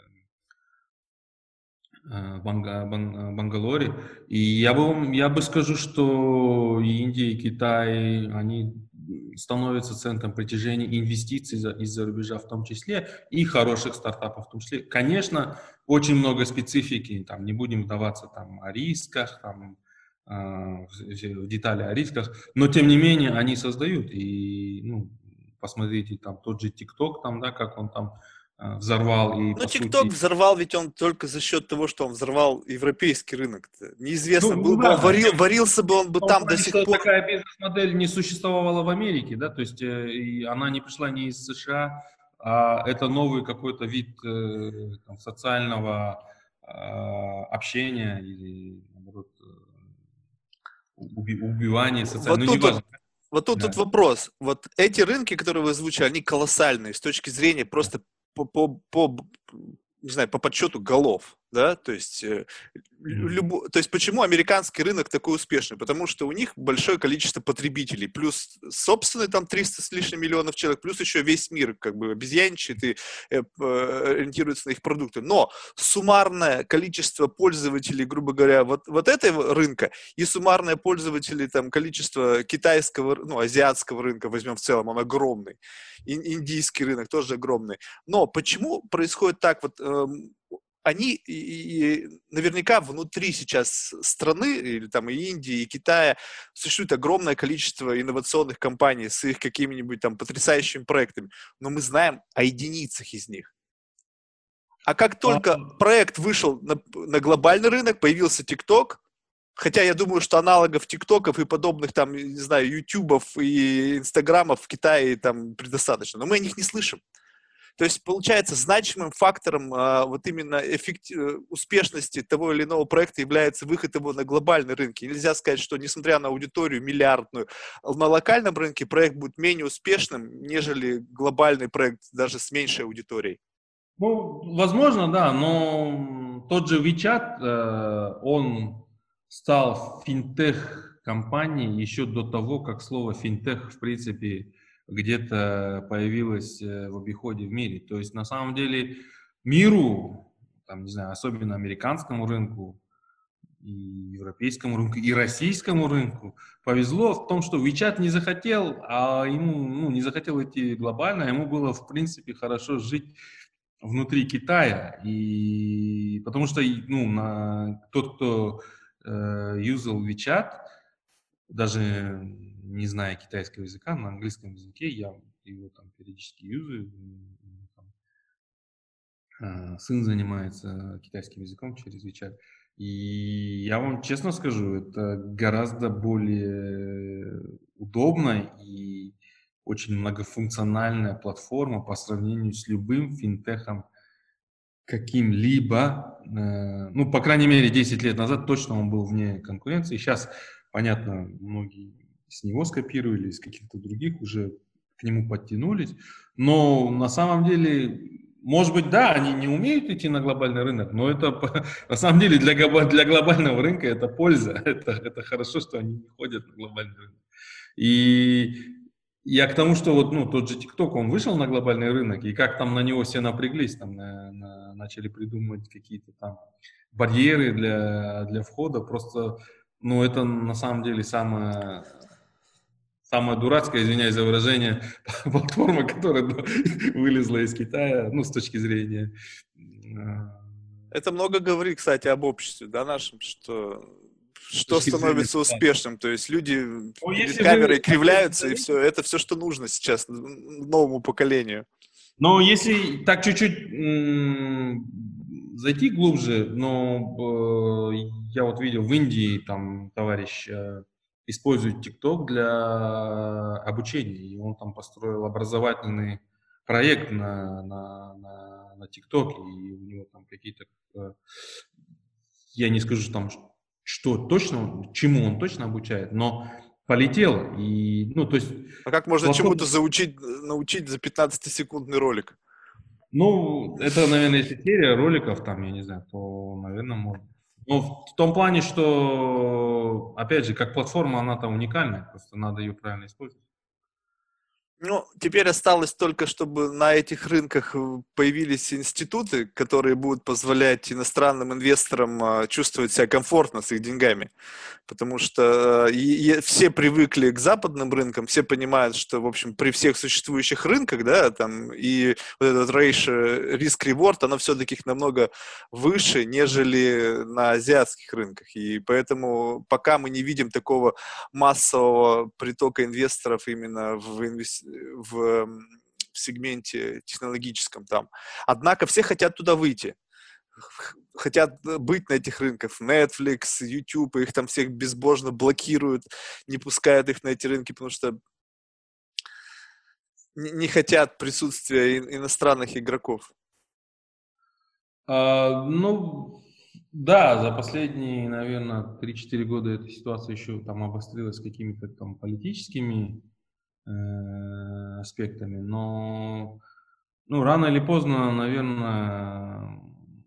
Бангалоре. И я бы скажу, что и Индия, и Китай, они становятся центром притяжения инвестиций из-за рубежа в том числе, и хороших стартапов в том числе. Конечно, очень много специфики, там, не будем вдаваться там, о рисках, там, в детали о рисках, но тем не менее они создают. И ну, посмотрите, там тот же TikTok, там, да, как он там взорвал и, Ну, по TikTok сути... взорвал, ведь он только за счет того, что он взорвал европейский рынок. Неизвестно, Ну был бы он да, варился бы он бы в том там до плане, сих что пор. такая бизнес-модель не существовала в Америке, да, то есть и она не пришла не из США, а это новый какой-то вид там, социального общения или, наоборот, убивания социального, Вот ну, тут вот, неважно. вот тут вот Да. вопрос. Вот эти рынки, которые вы озвучили, они колоссальные с точки зрения просто по не знаю, по подсчету голов, да, то есть, то есть почему американский рынок такой успешный? Потому что у них большое количество потребителей, плюс собственные там 300 с лишним миллионов человек, плюс еще весь мир как бы обезьянчит и ориентируется на их продукты. Но суммарное количество пользователей, грубо говоря, вот этого рынка и суммарное пользователей, там, количество китайского, ну, азиатского рынка, возьмем в целом, он огромный, индийский рынок тоже огромный. Но почему происходит так вот, они и наверняка внутри сейчас страны, или там и Индии, и Китая, существует огромное количество инновационных компаний с их какими-нибудь там потрясающими проектами, но мы знаем о единицах из них. А как А, только проект вышел на глобальный рынок, появился TikTok, хотя я думаю, что аналогов ТикТоков и подобных там, не знаю, Ютубов и Инстаграмов в Китае там предостаточно, но мы о них не слышим. То есть, получается, значимым фактором вот именно успешности того или иного проекта является выход его на глобальный рынок. И нельзя сказать, что несмотря на аудиторию миллиардную, на локальном рынке проект будет менее успешным, нежели глобальный проект даже с меньшей аудиторией. ну, возможно, да, но тот же WeChat, он стал финтех-компанией еще до того, как слово финтех, в принципе, где-то появилось в обиходе в мире. То есть, на самом деле, миру, там, не знаю, особенно американскому рынку, и европейскому рынку, и российскому рынку повезло в том, что WeChat не захотел, а ему, ну, не захотел идти глобально, ему было, в принципе, хорошо жить внутри Китая, и потому что, ну, тот, кто юзал WeChat, даже не зная китайского языка, на английском языке, я его там периодически юзаю, там, сын занимается китайским языком через WeChat, и я вам честно скажу, это гораздо более удобно и очень многофункциональная платформа по сравнению с любым финтехом каким-либо, ну, по крайней мере, 10 лет назад точно он был вне конкуренции. Сейчас, понятно, многие с него скопировали, из каких-то других уже к нему подтянулись. Но на самом деле, может быть, да, они не умеют идти на глобальный рынок, но это на самом деле для глобального рынка это польза. Это хорошо, что они не ходят на глобальный рынок. И я к тому, что вот, ну, тот же TikTok, он вышел на глобальный рынок, и как там на него все напряглись, там начали придумывать какие-то там барьеры для входа, просто, ну, это на самом деле самая дурацкая, извиняюсь за выражение, платформа, которая вылезла из Китая, ну, с точки зрения... Это много говорит, кстати, об обществе, да, нашем, С что точки зрения... становится успешным. То есть люди Ну, перед если вы... камерой кривляются, и все. Это все, что нужно сейчас новому поколению. Но если так чуть-чуть зайти глубже, но я вот видел в Индии, там товарищ использует TikTok для обучения, и он там построил образовательный проект на TikTok, и у него там какие-то, я не скажу там, что точно, чему он точно обучает, но полетело, и, ну, то есть А как можно чему-то платформа. научить за 15-секундный ролик? Ну, это, наверное, если серия роликов, там, я не знаю, то, наверное, можно. Но в том плане, что, опять же, как платформа, она там уникальная, просто надо ее правильно использовать. Ну, теперь осталось только, чтобы на этих рынках появились институты, которые будут позволять иностранным инвесторам чувствовать себя комфортно с их деньгами. Потому что все привыкли к западным рынкам, все понимают, что, в общем, при всех существующих рынках, да, там, и вот этот риск-реворд, оно все-таки намного выше, нежели на азиатских рынках. И поэтому пока мы не видим такого массового притока инвесторов именно в в сегменте технологическом там. Однако все хотят туда выйти. Хотят быть на этих рынках. Netflix, YouTube, их там всех безбожно блокируют, не пускают их на эти рынки, потому что не хотят присутствия иностранных игроков. Ну, да, за последние, наверное, 3-4 года эта ситуация еще там обострилась какими-то там политическими аспектами, но ну, рано или поздно, наверное,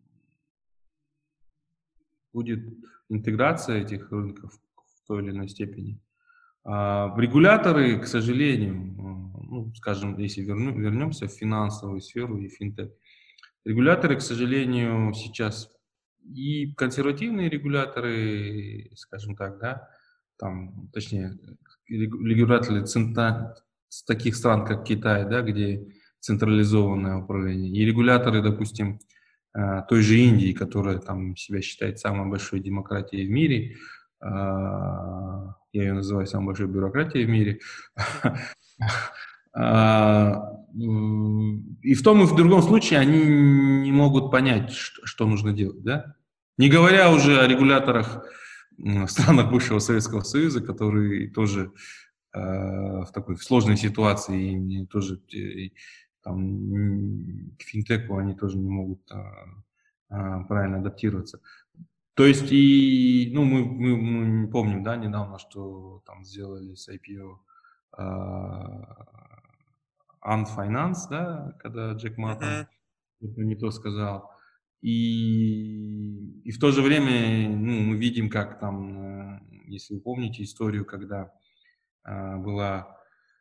будет интеграция этих рынков в той или иной степени. Регуляторы, к сожалению, ну, скажем, если вернемся в финансовую сферу и финтех, регуляторы, к сожалению, сейчас и консервативные регуляторы, скажем так, да, там, точнее, регуляторы с таких стран, как Китай, да, где централизованное управление, и регуляторы, допустим, той же Индии, которая там себя считает самой большой демократией в мире, я ее называю самой большой бюрократией в мире, и в том и в другом случае они не могут понять, что нужно делать, да? Не говоря уже о регуляторах в странах бывшего Советского Союза, которые тоже в такой сложной ситуации, и тоже там, к финтеку они тоже не могут правильно адаптироваться. То есть, и, ну, мы помним, да, недавно, что там сделали с IPO Ant Finance, да, когда Джек Ма там не то сказал. И в то же время, ну, мы видим, как там, если вы помните историю, когда была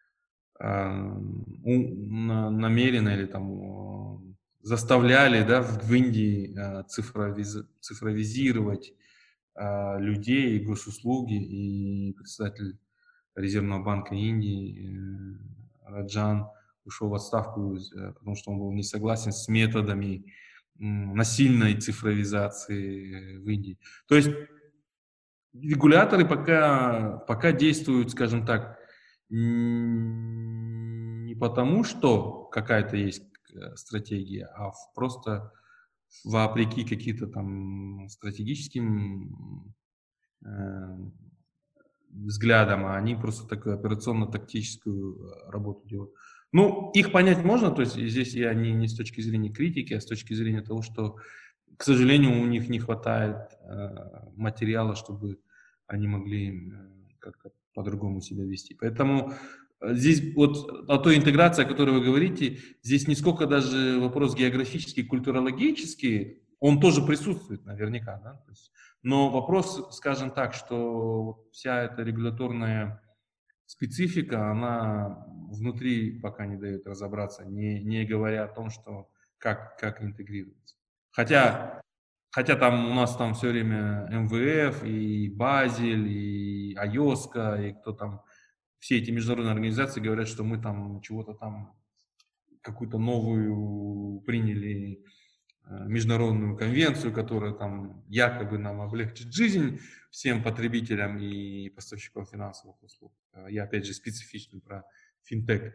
намеренно или там заставляли, да, в Индии цифровизировать людей и госуслуги, и председатель Резервного банка Индии Раджан ушел в отставку, потому что он был не согласен с методами насильной цифровизации в Индии. То есть регуляторы пока действуют, скажем так, не потому, что какая-то есть стратегия, а просто вопреки каким-то там стратегическим взглядам, а они просто такую операционно-тактическую работу делают. Ну, их понять можно, то есть здесь я не с точки зрения критики, а с точки зрения того, что, к сожалению, у них не хватает материала, чтобы они могли как-то по-другому себя вести. Поэтому здесь вот о той интеграции, о которой вы говорите, здесь не сколько даже вопрос географический, культурологический, он тоже присутствует наверняка, да? То есть, но вопрос, скажем так, что вся эта регуляторная специфика, она внутри пока не дает разобраться, не говоря о том, что как интегрироваться. Хотя там у нас там все время МВФ, и Базель, и АЙОСКО, и кто там, все эти международные организации говорят, что мы там чего-то там, какую-то новую приняли международную конвенцию, которая там якобы нам облегчит жизнь всем потребителям и поставщикам финансовых услуг. Я опять же специфичный про финтех.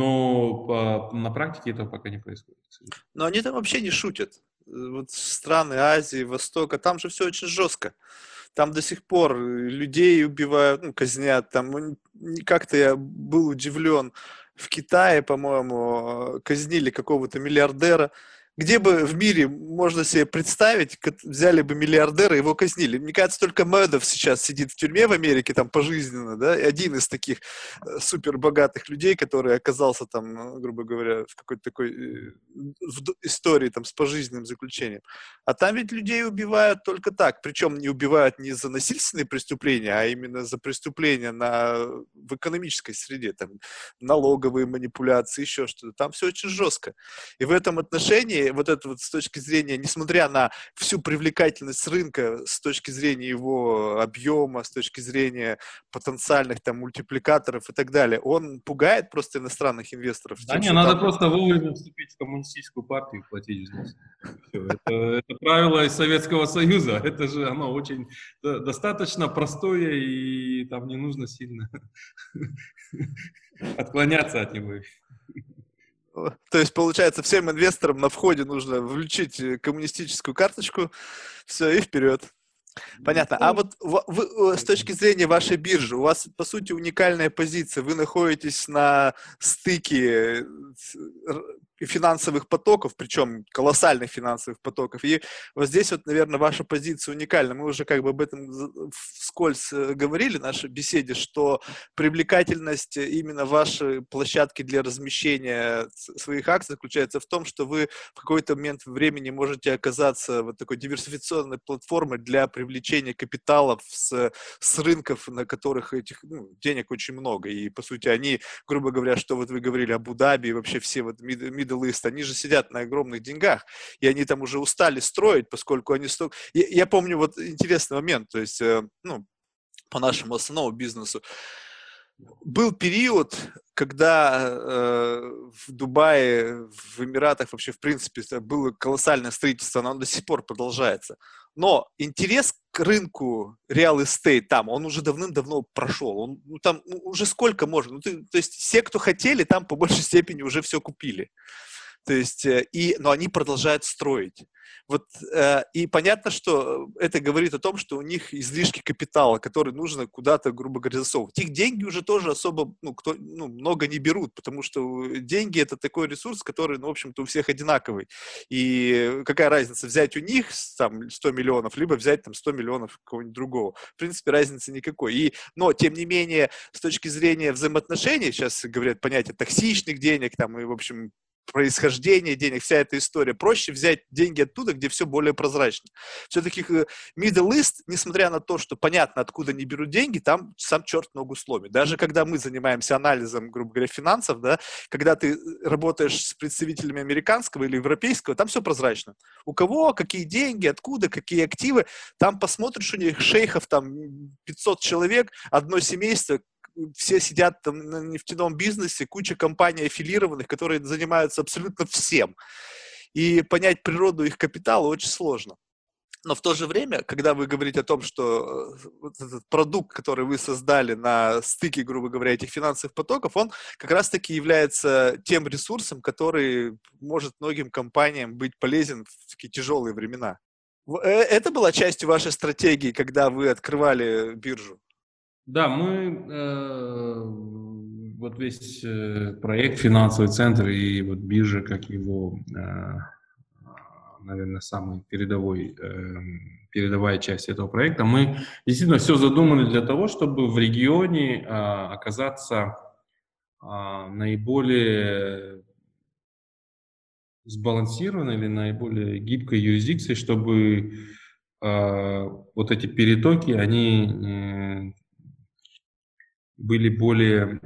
Но на практике этого пока не происходит. Но они там вообще не шутят. Вот страны Азии, Востока, там же все очень жестко. Там до сих пор людей убивают, ну, казнят. Там как-то я был удивлен. В Китае, по-моему, казнили какого-то миллиардера. Где бы в мире можно себе представить, взяли бы миллиардера, его казнили. Мне кажется, только Мэдов сейчас сидит в тюрьме в Америке, там пожизненно, да, и один из таких супер богатых людей, который оказался там, ну, грубо говоря, в какой-то такой истории там с пожизненным заключением. А там ведь людей убивают только так, причем не убивают не за насильственные преступления, а именно за преступления в экономической среде, там налоговые манипуляции, еще что-то. Там все очень жестко. И в этом отношении вот это вот с точки зрения, несмотря на всю привлекательность рынка, с точки зрения его объема, с точки зрения потенциальных там мультипликаторов и так далее, он пугает просто иностранных инвесторов. Да Тем, не, что надо там... просто вовремя вступить в коммунистическую партию и платить взносы. Это правило из Советского Союза. Это же оно очень достаточно простое, и там не нужно сильно отклоняться от него. То есть, получается, всем инвесторам на входе нужно включить коммунистическую карточку, все, и вперед. Понятно. А Ну, вот с точки зрения вашей биржи, у вас, по сути, уникальная позиция. Вы находитесь на стыке финансовых потоков, причем колоссальных финансовых потоков. И вот здесь вот, наверное, ваша позиция уникальна. Мы уже как бы об этом вскользь говорили в нашей беседе, что привлекательность именно вашей площадки для размещения своих акций заключается в том, что вы в какой-то момент времени можете оказаться вот такой диверсификационной платформой для привлечения капиталов с рынков, на которых этих денег очень много. И, по сути, они, грубо говоря, что вот вы говорили, Абу-Даби и вообще все вот Middle East, они же сидят на огромных деньгах, и они там уже устали строить, поскольку они столько... Я помню вот интересный момент, то есть, по нашему основному бизнесу, был период, когда в Дубае, в Эмиратах вообще, в принципе, было колоссальное строительство, оно до сих пор продолжается. Но интерес к рынку real estate там, он уже давным-давно прошел. Он, там уже сколько можно. То есть все, кто хотели, там по большей степени уже все купили. То есть, но они продолжают строить. Вот, и понятно, что это говорит о том, что у них излишки капитала, который нужно куда-то, грубо говоря, засовывать. Их деньги уже тоже особо много не берут, потому что деньги – это такой ресурс, который, в общем-то, у всех одинаковый. И какая разница, взять у них там 100 миллионов, либо взять там 100 миллионов какого-нибудь другого. В принципе, разницы никакой. Но, тем не менее, с точки зрения взаимоотношений, сейчас говорят понятие токсичных денег, там, и, в общем, происхождение денег, вся эта история. Проще взять деньги оттуда, где все более прозрачно. Все-таки Middle East, несмотря на то, что понятно, откуда они берут деньги, там сам черт ногу сломит. Даже когда мы занимаемся анализом, грубо говоря, финансов, да, когда ты работаешь с представителями американского или европейского, там все прозрачно. У кого, какие деньги, откуда, какие активы, там посмотришь, у них шейхов там 500 человек, одно семейство, все сидят там на нефтяном бизнесе, куча компаний аффилированных, которые занимаются абсолютно всем. И понять природу их капитала очень сложно. Но в то же время, когда вы говорите о том, что вот этот продукт, который вы создали на стыке, грубо говоря, этих финансовых потоков, он как раз-таки является тем ресурсом, который может многим компаниям быть полезен в такие тяжелые времена. Это была частью вашей стратегии, когда вы открывали биржу? Да, мы вот весь проект «Финансовый центр» и вот биржа, как его, наверное, самый передовая часть этого проекта, мы действительно все задумали для того, чтобы в регионе оказаться наиболее сбалансированной или наиболее гибкой юрисдикцией, чтобы вот эти перетоки, они были более,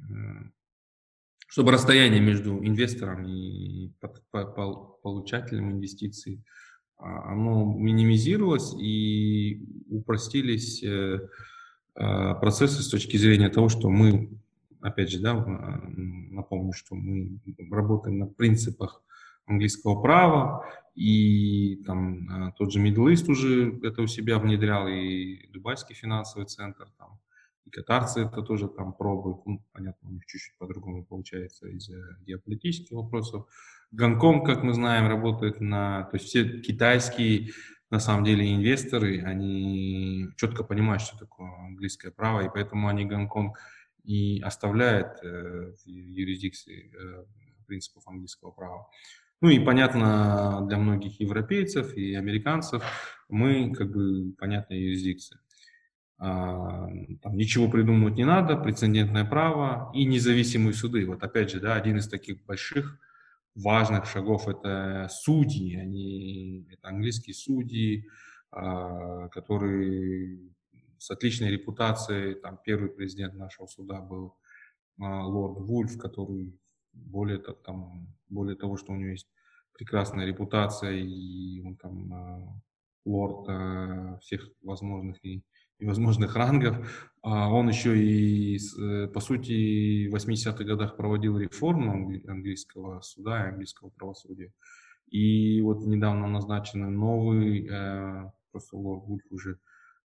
чтобы расстояние между инвестором и получателем инвестиций, оно минимизировалось и упростились процессы с точки зрения того, что мы, опять же, да, напомню, что мы работаем на принципах английского права, и там тот же Middle East уже это у себя внедрял, и Дубайский финансовый центр, там, и катарцы это тоже там пробуют. Ну, понятно, у них чуть-чуть по-другому получается из-за геополитических вопросов. Гонконг, как мы знаем, работает на... То есть все китайские, на самом деле, инвесторы, они четко понимают, что такое английское право, и поэтому они Гонконг и оставляют в юрисдикции принципов английского права. Ну и понятно для многих европейцев и американцев, мы как бы понятная юрисдикция. Там ничего придумывать не надо, прецедентное право и независимые суды. Вот опять же, да, один из таких больших важных шагов – это судьи, это английские судьи, которые с отличной репутацией. Там первый президент нашего суда был лорд Вульф, который более того, что у него есть прекрасная репутация, и он там лорд всех возможных и невозможных рангов. Он еще и, по сути, в 80-х годах проводил реформу английского суда и английского правосудия. И вот недавно назначенный новый, просто лорд Вульф уже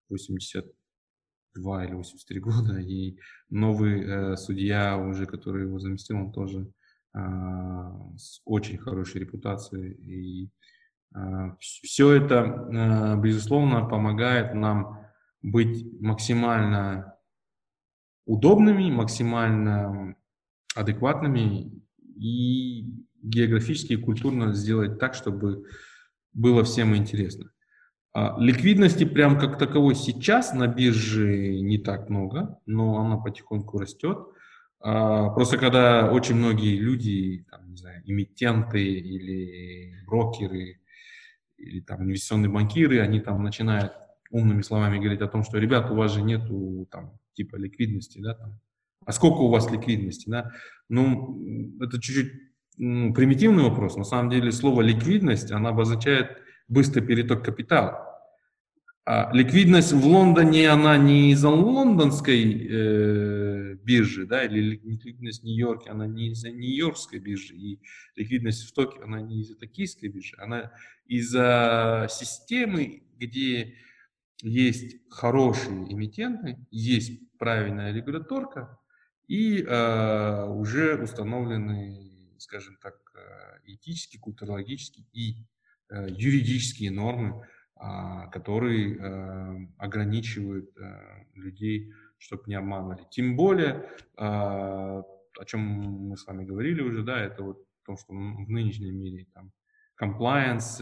82 или 83 года, и новый судья уже, который его заместил, он тоже с очень хорошей репутацией. И все это, безусловно, помогает нам быть максимально удобными, максимально адекватными и географически и культурно сделать так, чтобы было всем интересно. Ликвидности прям как таковой сейчас на бирже не так много, но она потихоньку растет. Просто когда очень многие люди, там, не знаю, эмитенты или брокеры, или там инвестиционные банкиры, они там начинают умными словами говорить о том, что, ребят, у вас же нету там типа ликвидности, да, там, а сколько у вас ликвидности, да? Ну, это чуть-чуть примитивный вопрос. На самом деле слово ликвидность, она обозначает быстрый переток капитала. Ликвидность в Лондоне, она не из-за лондонской биржи, да, или ликвидность в Нью-Йорке, она не из-за нью-йоркской биржи, и ликвидность в Токио, она не из-за токийской биржи, она из-за системы, где есть хорошие эмитенты, есть правильная регуляторка и уже установлены, скажем так, этические, культурологические и юридические нормы, которые ограничивают людей, чтобы не обманывали. Тем более, о чем мы с вами говорили уже, да, это вот то, что в нынешнем мире там compliance,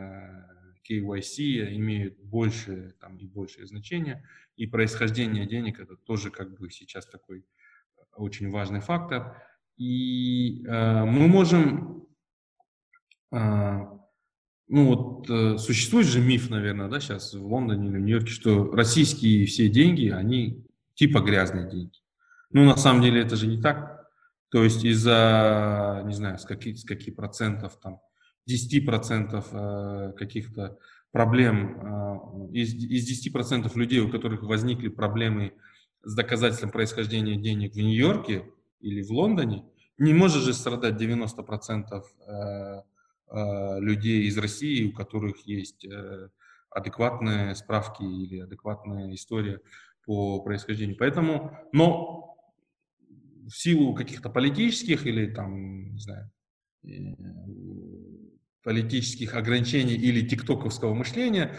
KYC имеют больше там, и большее значение, и происхождение денег это тоже как бы сейчас такой очень важный фактор. И мы можем ну вот существует же миф, наверное, да, сейчас в Лондоне или в Нью-Йорке, что российские все деньги, они типа грязные деньги. Ну, на самом деле это же не так. То есть из-за, не знаю, с каких процентов, там, 10% каких-то проблем, из 10% людей, у которых возникли проблемы с доказательством происхождения денег в Нью-Йорке или в Лондоне, не может же страдать 90% людей из России, у которых есть адекватные справки или адекватная история по происхождению. Поэтому, но в силу каких-то политических или там, не знаю, э, политических ограничений или тиктоковского мышления,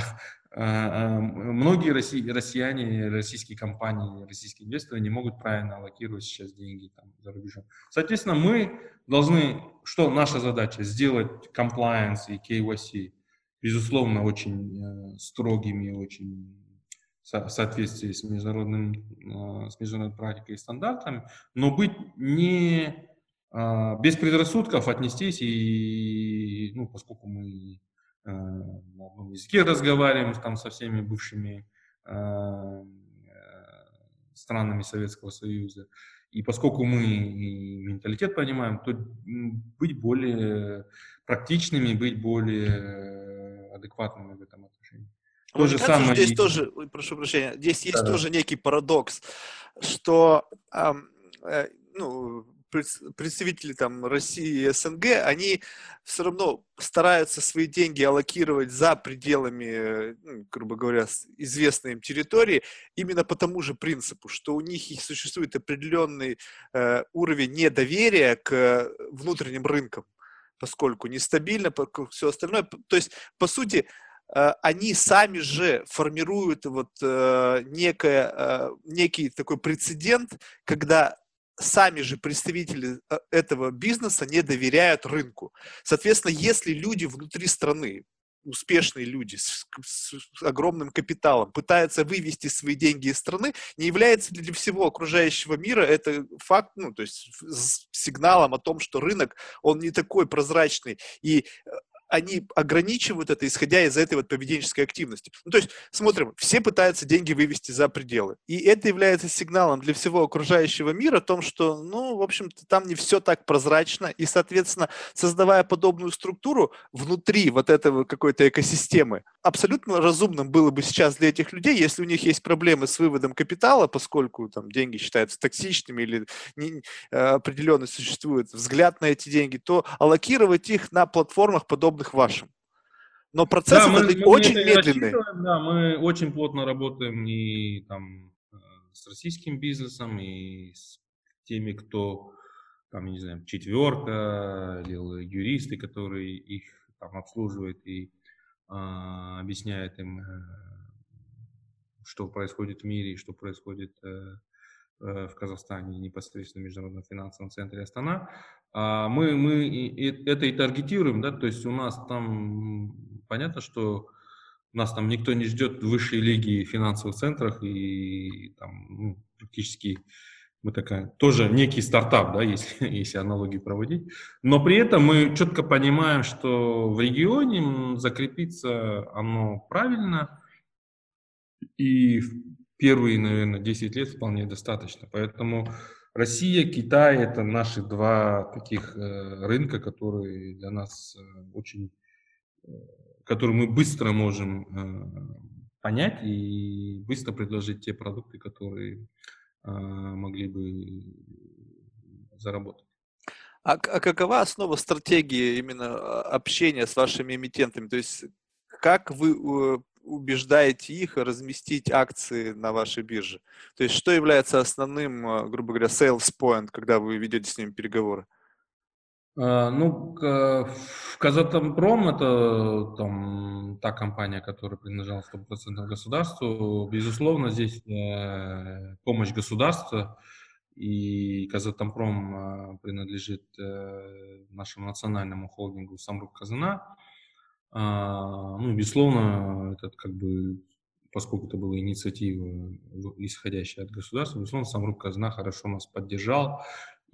многие россияне, российские компании, российские инвесторы не могут правильно аллокировать сейчас деньги там, за рубежом. Соответственно, мы должны, что наша задача, сделать compliance и KYC, безусловно, очень строгими, очень в соответствии с международной практикой и стандартами, но быть не без предрассудков отнестись и, ну, поскольку мы на одном языке разговариваем там со всеми бывшими странами Советского Союза, и поскольку мы и менталитет понимаем, то быть более практичными, быть более адекватными в этом отношении. Вам То не же кажется, что самое здесь и... тоже, ой, прошу прощения, здесь есть Да-да. тоже некий парадокс, что ну, представители там России и СНГ, они все равно стараются свои деньги аллокировать за пределами, ну, грубо говоря, известной им территории, именно по тому же принципу, что у них и существует определенный уровень недоверия к внутренним рынкам, поскольку нестабильно, все остальное. То есть, по сути, они сами же формируют вот некий такой прецедент, когда сами же представители этого бизнеса не доверяют рынку. Соответственно, если люди внутри страны, успешные люди с огромным капиталом пытаются вывести свои деньги из страны, не является ли для всего окружающего мира это факт, ну, то есть сигналом о том, что рынок, он не такой прозрачный, и они ограничивают это, исходя из этой вот поведенческой активности. Ну, то есть, смотрим, все пытаются деньги вывести за пределы. И это является сигналом для всего окружающего мира о том, что, ну, в общем-то, там не все так прозрачно. И, соответственно, создавая подобную структуру внутри вот этого какой-то экосистемы, абсолютно разумным было бы сейчас для этих людей, если у них есть проблемы с выводом капитала, поскольку там деньги считаются токсичными или не, определенно существует взгляд на эти деньги, то аллокировать их на платформах, подобных вашим. Но процесс Да, этот мы на очень это и медленный. рассчитываем, да, мы очень плотно работаем и там с российским бизнесом, и с теми, кто там, я не знаю, четверка, или юристы, которые их там обслуживают и объясняют им, что происходит в мире и что происходит в Казахстане, непосредственно в Международном финансовом центре Астана. Мы это и таргетируем, да, то есть у нас там понятно, что нас там никто не ждет высшей лиги в финансовых центрах, и там практически мы такая, тоже некий стартап, да, если, если аналогию проводить. Но при этом мы четко понимаем, что в регионе закрепиться оно правильно, и в первые, наверное, 10 лет вполне достаточно. Поэтому Россия, Китай – это наши два таких рынка, которые для нас очень, которые мы быстро можем понять и быстро предложить те продукты, которые могли бы заработать. А какова основа стратегии именно общения с вашими эмитентами? То есть как вы убеждаете их разместить акции на вашей бирже? То есть что является основным, грубо говоря, sales point, когда вы ведете с ними переговоры? Ну, Казатомпром – это там та компания, которая принадлежала 100% государству. Безусловно, здесь помощь государства, и Казатомпром принадлежит нашему национальному холдингу Самрук-Казана. Ну, безусловно, этот как бы, поскольку это была инициатива, исходящая от государства, безусловно, Самрук-Казана хорошо нас поддержал,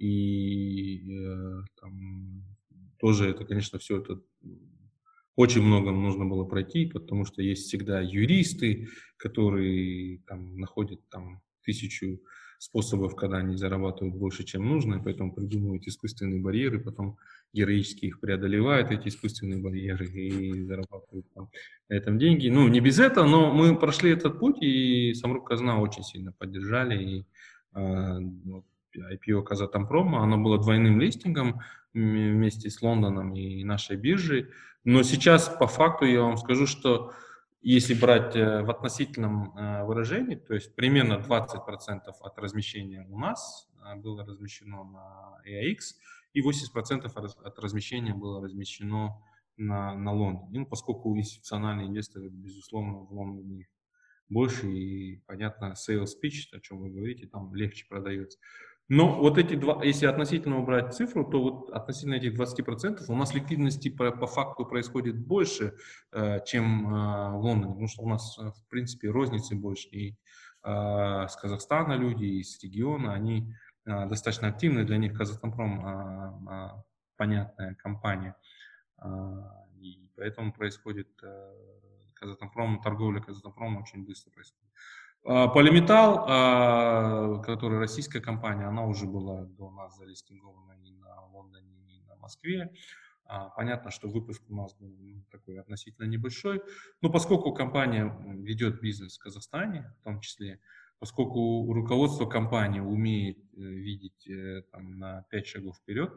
и там тоже это, конечно, все это очень много нужно было пройти, потому что есть всегда юристы, которые там находят там тысячу способов, когда они зарабатывают больше, чем нужно, и поэтому придумывают искусственные барьеры, потом героически их преодолевают, эти искусственные барьеры, и зарабатывают там на этом деньги. Ну, не без этого, но мы прошли этот путь, и Самрук-Казна очень сильно поддержали, и вот IPO Казатомпрома, оно было двойным листингом вместе с Лондоном и нашей биржей. Но сейчас по факту я вам скажу, что если брать в относительном выражении, то есть примерно 20% от размещения у нас было размещено на AIX, и 80% от размещения было размещено на Лондоне. Ну, поскольку институциональные инвесторы, безусловно, в Лондоне их больше, и, понятно, sales pitch, о чем вы говорите, там легче продается. Но вот эти два, если относительно убрать цифру, то вот относительно этих 20% у нас ликвидности по факту происходит больше, чем в Лондоне, потому что у нас, в принципе, розницы больше, и с Казахстана люди, и с региона, они достаточно активны, для них Казатомпром понятная компания, и поэтому происходит Казатомпром, торговля Казатомпрома очень быстро происходит. Полиметалл, который российская компания, она уже была до нас залистингована и на Лондоне, и на Москве. Понятно, что выпуск у нас был такой относительно небольшой, но поскольку компания ведет бизнес в Казахстане, в том числе, поскольку руководство компании умеет видеть там, на 5 шагов вперед,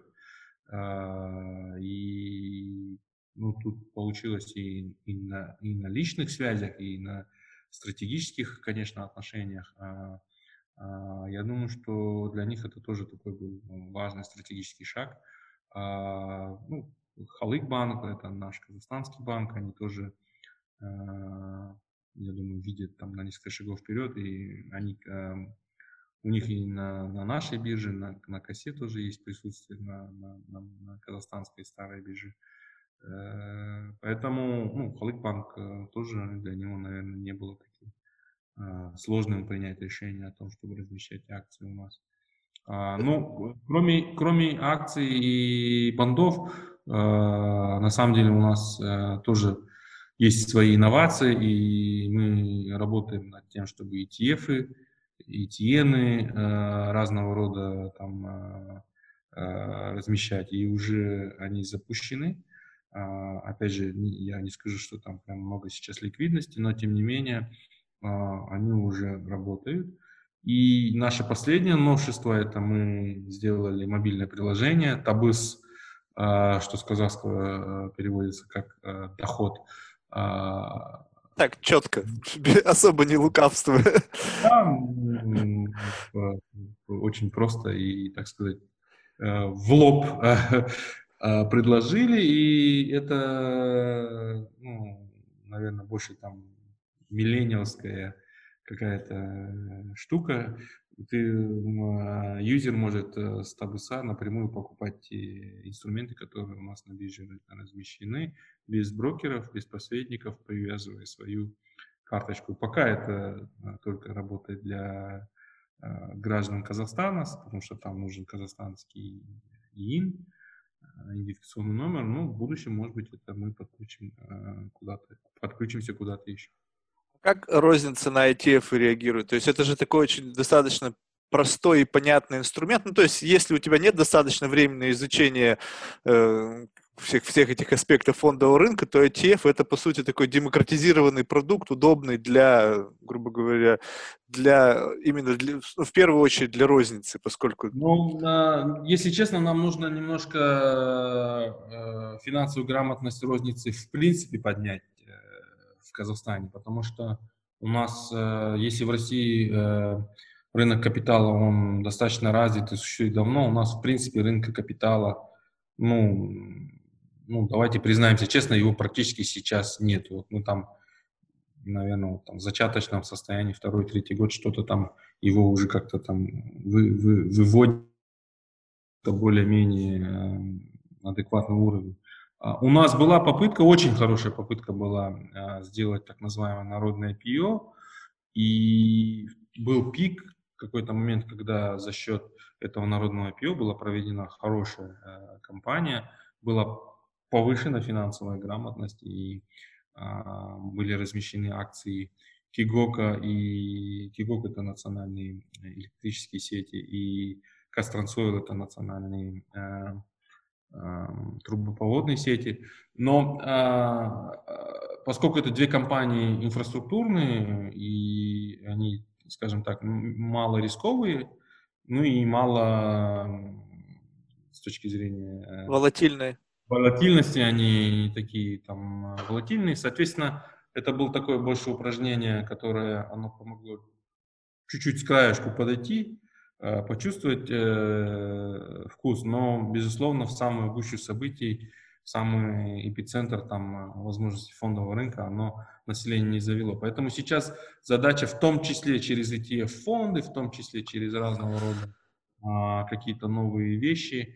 и тут получилось и на личных связях, и на стратегических, конечно, отношениях. Я думаю, что для них это тоже такой был важный стратегический шаг. Халык банк, это наш казахстанский банк, они тоже, я думаю, видят там на несколько шагов вперед, и они, у них и на нашей бирже, на КАСе тоже есть присутствие, на казахстанской старой бирже. Поэтому Халык банк тоже для него, наверное, не было таким сложным принять решение о том, чтобы размещать акции у нас. Кроме акций и бандов, на самом деле у нас тоже есть свои инновации, и мы работаем над тем, чтобы ETF-ы, ETN разного рода там размещать, и уже они запущены. Опять же, я не скажу, что там прям много сейчас ликвидности, но тем не менее они уже работают. И наше последнее новшество – это мы сделали мобильное приложение Табыс, что с казахского переводится как доход. Так, четко, особо не лукавствуя. Да, очень просто и, так сказать, в лоб предложили, и это, ну, наверное, больше там миллениалская какая-то штука. Юзер может с Табуса напрямую покупать те инструменты, которые у нас на бирже размещены, без брокеров, без посредников, привязывая свою карточку. Пока это только работает для граждан Казахстана, потому что там нужен казахстанский ИИН, идентификационный номер. Ну, в будущем, может быть, это мы подключимся куда-то еще. Как розница на ETF реагирует? То есть это же такой очень достаточно простой и понятный инструмент. Ну, то есть если у тебя нет достаточно времени на изучение всех этих аспектов фондового рынка, то ETF это, по сути, такой демократизированный продукт, удобный для, грубо говоря, в первую очередь для розницы, поскольку... Ну, если честно, нам нужно немножко финансовую грамотность розницы в принципе поднять в Казахстане, потому что у нас, если в России рынок капитала, он достаточно развит и существует давно, у нас, в принципе, рынка капитала, ну, давайте признаемся честно, его практически сейчас нет. Вот мы там, наверное, вот там в зачаточном состоянии, второй, третий год, что-то там, его уже как-то там выводят более-менее адекватный уровень. У нас была попытка, очень хорошая попытка была сделать так называемое народное IPO, и был пик, какой-то момент, когда за счет этого народного IPO была проведена хорошая кампания, была повышена финансовая грамотность, и были размещены акции Кигока, и Кигок это национальные электрические сети, и Кастрансойл это национальные трубопроводные сети. Но поскольку это две компании инфраструктурные, и они, скажем так, мало рисковые, ну и мало с точки зрения Волатильные. волатильности, они такие там волатильные. Соответственно, это было такое больше упражнение, которое оно помогло чуть-чуть с краешку подойти, почувствовать вкус, но, безусловно, в самую гущу событий, в самый эпицентр там возможностей фондового рынка, оно население не завело. Поэтому сейчас задача в том числе через ETF-фонды, в том числе через разного рода какие-то новые вещи,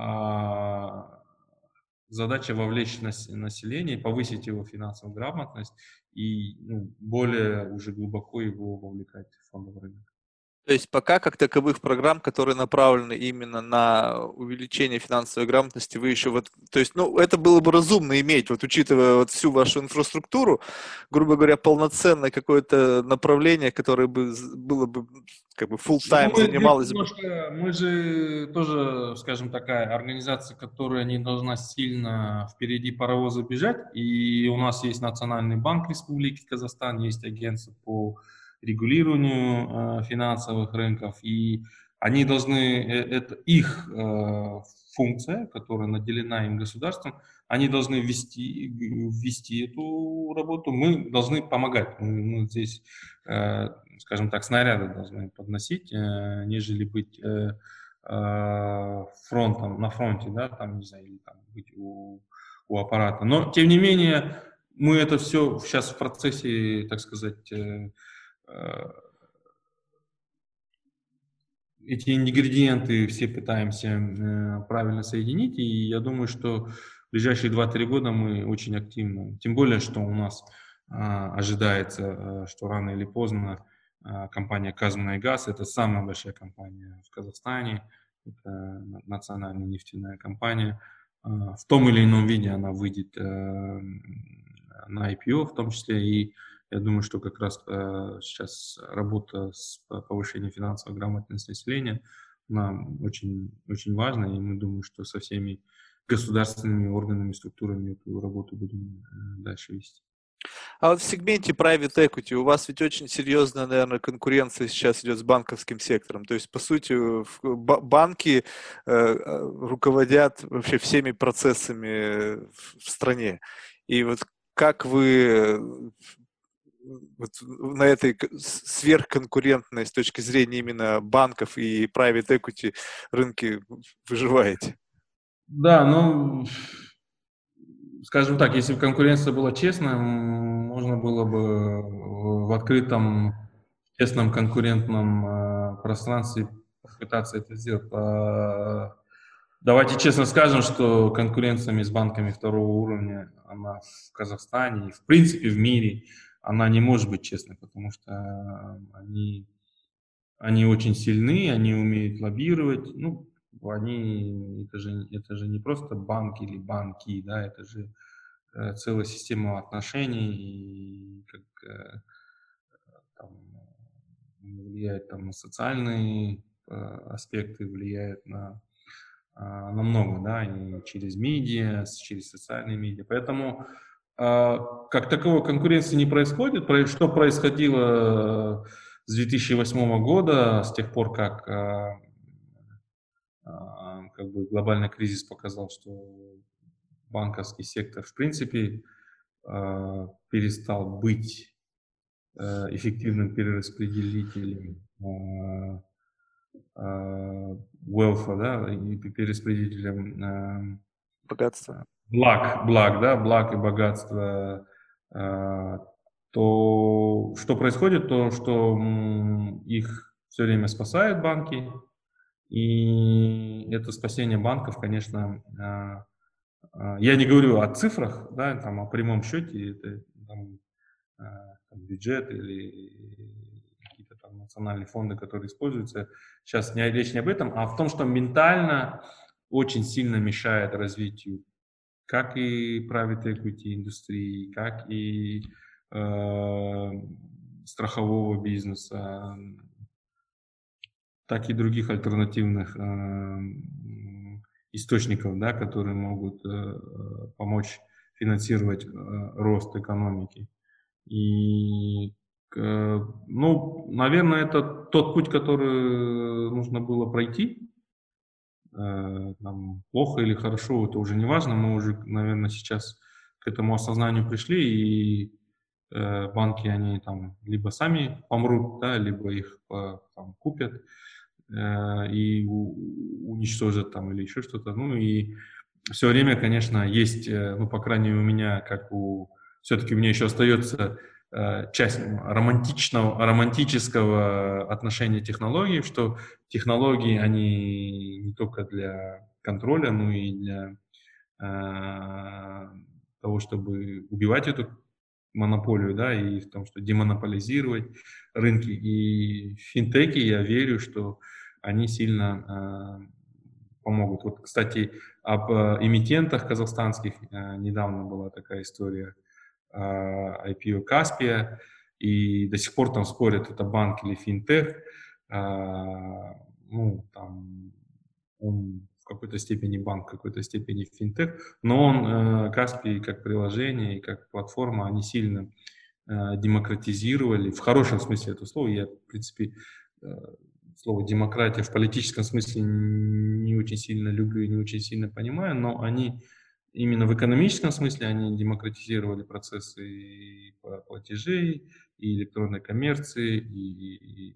задача вовлечь население, повысить его финансовую грамотность и более уже глубоко его вовлекать в фондовый рынок. То есть пока как таковых программ, которые направлены именно на увеличение финансовой грамотности, вы еще вот, то есть, ну, это было бы разумно иметь, вот учитывая вот всю вашу инфраструктуру, грубо говоря, полноценное какое-то направление, которое бы было бы как бы Ну, full-time мы здесь занималось бы. немножко, мы же тоже, скажем, такая организация, которая не должна сильно впереди паровоза бежать. И у нас есть Национальный банк Республики Казахстан, есть агентство по регулированию финансовых рынков, и они должны, это их функция, которая наделена им государством, они должны вести эту работу, мы должны помогать. Мы здесь, скажем так, снаряды должны подносить, нежели быть фронтом, на фронте, да, там, не знаю, или там быть у аппарата. Но, тем не менее, мы это все сейчас в процессе, так сказать, эти ингредиенты все пытаемся правильно соединить, и я думаю, что в ближайшие 2-3 года мы очень активно, тем более, что у нас ожидается, что рано или поздно компания «Казмунайгаз» — это самая большая компания в Казахстане, это национальная нефтяная компания, в том или ином виде она выйдет на IPO, в том числе, и я думаю, что как раз сейчас работа с повышением финансовой грамотности населения, она очень, очень важна, и мы думаем, что со всеми государственными органами, структурами эту работу будем дальше вести. А вот в сегменте private equity у вас ведь очень серьезная, наверное, конкуренция сейчас идет с банковским сектором. То есть, по сути, банки руководят вообще всеми процессами в стране. И вот как вы вот на этой сверхконкурентной с точки зрения именно банков и private equity рынке выживаете? Да, ну, скажем так, если бы конкуренция была честная, можно было бы в открытом, честном конкурентном пространстве попытаться это сделать. Давайте честно скажем, что конкуренция с банками второго уровня, она в Казахстане и в принципе в мире, она не может быть честной, потому что они очень сильны, они умеют лоббировать. Ну, это же не просто банк или банки, да, это же целая система отношений, и как там, влияет там, на социальные аспекты, влияет на много, да, и через медиа, через социальные медиа. Поэтому как таковой конкуренции не происходит. Что происходило с 2008 года, с тех пор, как бы глобальный кризис показал, что банковский сектор в принципе перестал быть эффективным перераспределителем wealth, да, и перераспределителем Богатство. благ и богатства, то что происходит, то что их все время спасают банки, и это спасение банков, конечно, я не говорю о цифрах, да, там, о прямом счете, это там, бюджет или какие-то там национальные фонды, которые используются. Сейчас речь не об этом, а в том, что ментально очень сильно мешает развитию как и private equity индустрии, как и страхового бизнеса, так и других альтернативных источников, да, которые могут помочь финансировать рост экономики. И, ну, наверное, это тот путь, который нужно было пройти. Там, плохо или хорошо, это уже не важно. Мы уже, наверное, сейчас к этому осознанию пришли, и банки, они там либо сами помрут, да, либо их там, купят и уничтожат там или еще что-то. Ну и все время, конечно, есть, ну, по крайней мере, у меня, все-таки у меня еще остается часть романтического отношения технологий, что технологии, они не только для контроля, но и для того, чтобы убивать эту монополию, да, и в том, что демонополизировать рынки. И финтеки, я верю, что они сильно помогут. Вот, кстати, об эмитентах казахстанских недавно была такая история, IPO Каспия, и до сих пор там спорят, это банк или финтех. Ну, там он в какой-то степени банк, в какой-то степени финтех, но он, Каспий, как приложение и как платформа, они сильно демократизировали, в хорошем смысле этого слова. Я, в принципе, слово демократия в политическом смысле не очень сильно люблю и не очень сильно понимаю, но они именно в экономическом смысле они демократизировали процессы и платежей, и электронной коммерции, и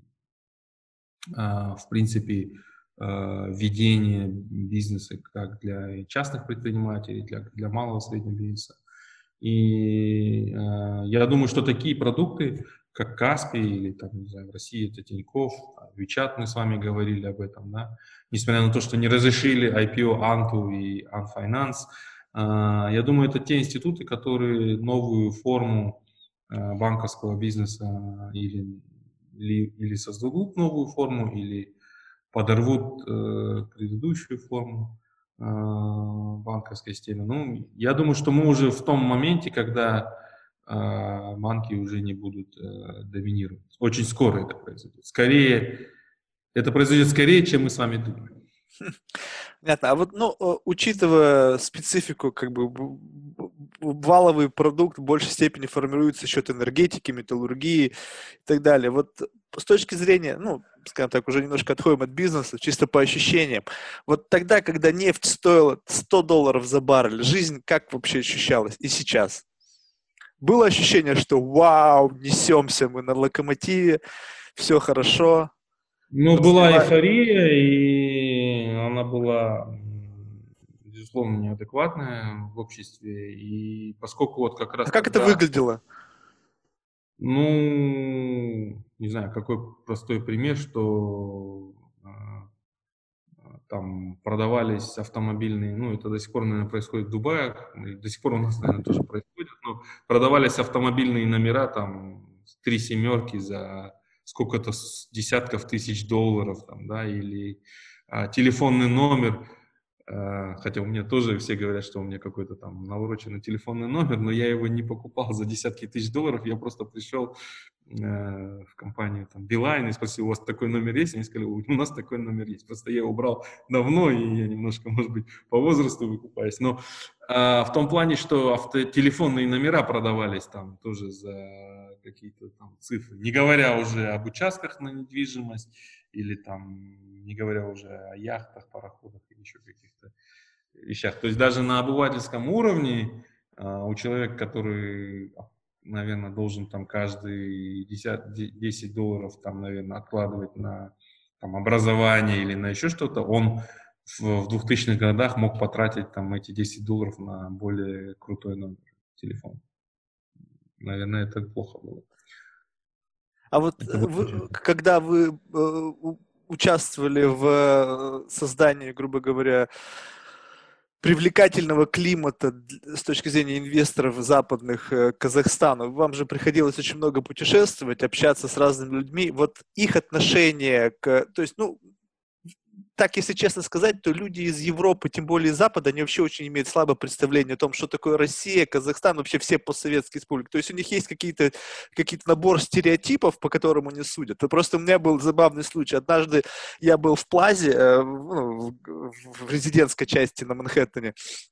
в принципе, ведение бизнеса как для частных предпринимателей, для малого и среднего бизнеса. И я думаю, что такие продукты, как Каспий или там, не знаю, в России это Тинькофф, WeChat, мы с вами говорили об этом, да, несмотря на то, что не разрешили IPO Анту и Ant Finance, я думаю, это те институты, которые новую форму банковского бизнеса или создадут новую форму, или подорвут предыдущую форму банковской системы. Ну, я думаю, что мы уже в том моменте, когда банки уже не будут доминировать. Очень скоро это произойдет. Это произойдет скорее, чем мы с вами думаем. Понятно. А вот, ну, учитывая специфику, как бы валовый продукт в большей степени формируется за счет энергетики, металлургии и так далее. Вот с точки зрения, ну, скажем так, уже немножко отходим от бизнеса, чисто по ощущениям. Вот тогда, когда нефть стоила $100 за баррель, жизнь как вообще ощущалась? И сейчас? Было ощущение, что вау, несемся мы на локомотиве, все хорошо, Ну, была развиваем. эйфория, и она была, безусловно, неадекватная в обществе. И поскольку вот как А раз как это тогда, выглядело? ну, не знаю, какой простой пример, что там продавались автомобильные, ну, это до сих пор, наверное, происходит в Дубае, и до сих пор у нас, наверное, тоже происходит, но продавались автомобильные номера, там, 3 семерки за сколько-то десятков тысяч долларов, там, да, или телефонный номер, хотя у меня тоже все говорят, что у меня какой-то там навороченный телефонный номер, но я его не покупал за десятки тысяч долларов, я просто пришел в компанию там Билайн и спросил, у вас такой номер есть? Они сказали, у нас такой номер есть. Просто я его брал давно, и я немножко, может быть, по возрасту выкупаюсь. Но в том плане, что телефонные номера продавались там тоже за какие-то там цифры. Не говоря уже об участках на недвижимость или там, не говоря уже о яхтах, пароходах или еще каких-то вещах. То есть даже на обывательском уровне у человека, который, наверное, должен там каждый 10 долларов там, наверное, откладывать на там, образование или на еще что-то, он в 2000-х годах мог потратить там эти 10 долларов на более крутой номер телефона. Наверное, это плохо было. А вот Это было очень... когда вы участвовали в создании, грубо говоря, привлекательного климата с точки зрения инвесторов западных Казахстану, вам же приходилось очень много путешествовать, общаться с разными людьми. Вот их отношение к... То есть, ну, так, если честно сказать, то люди из Европы, тем более из Запада, они вообще очень имеют слабое представление о том, что такое Россия, Казахстан, вообще все постсоветские республики. То есть у них есть какие-то набор стереотипов, по которым они судят. И просто у меня был забавный случай. Однажды я был в Плазе, в резидентской части на Манхэттене,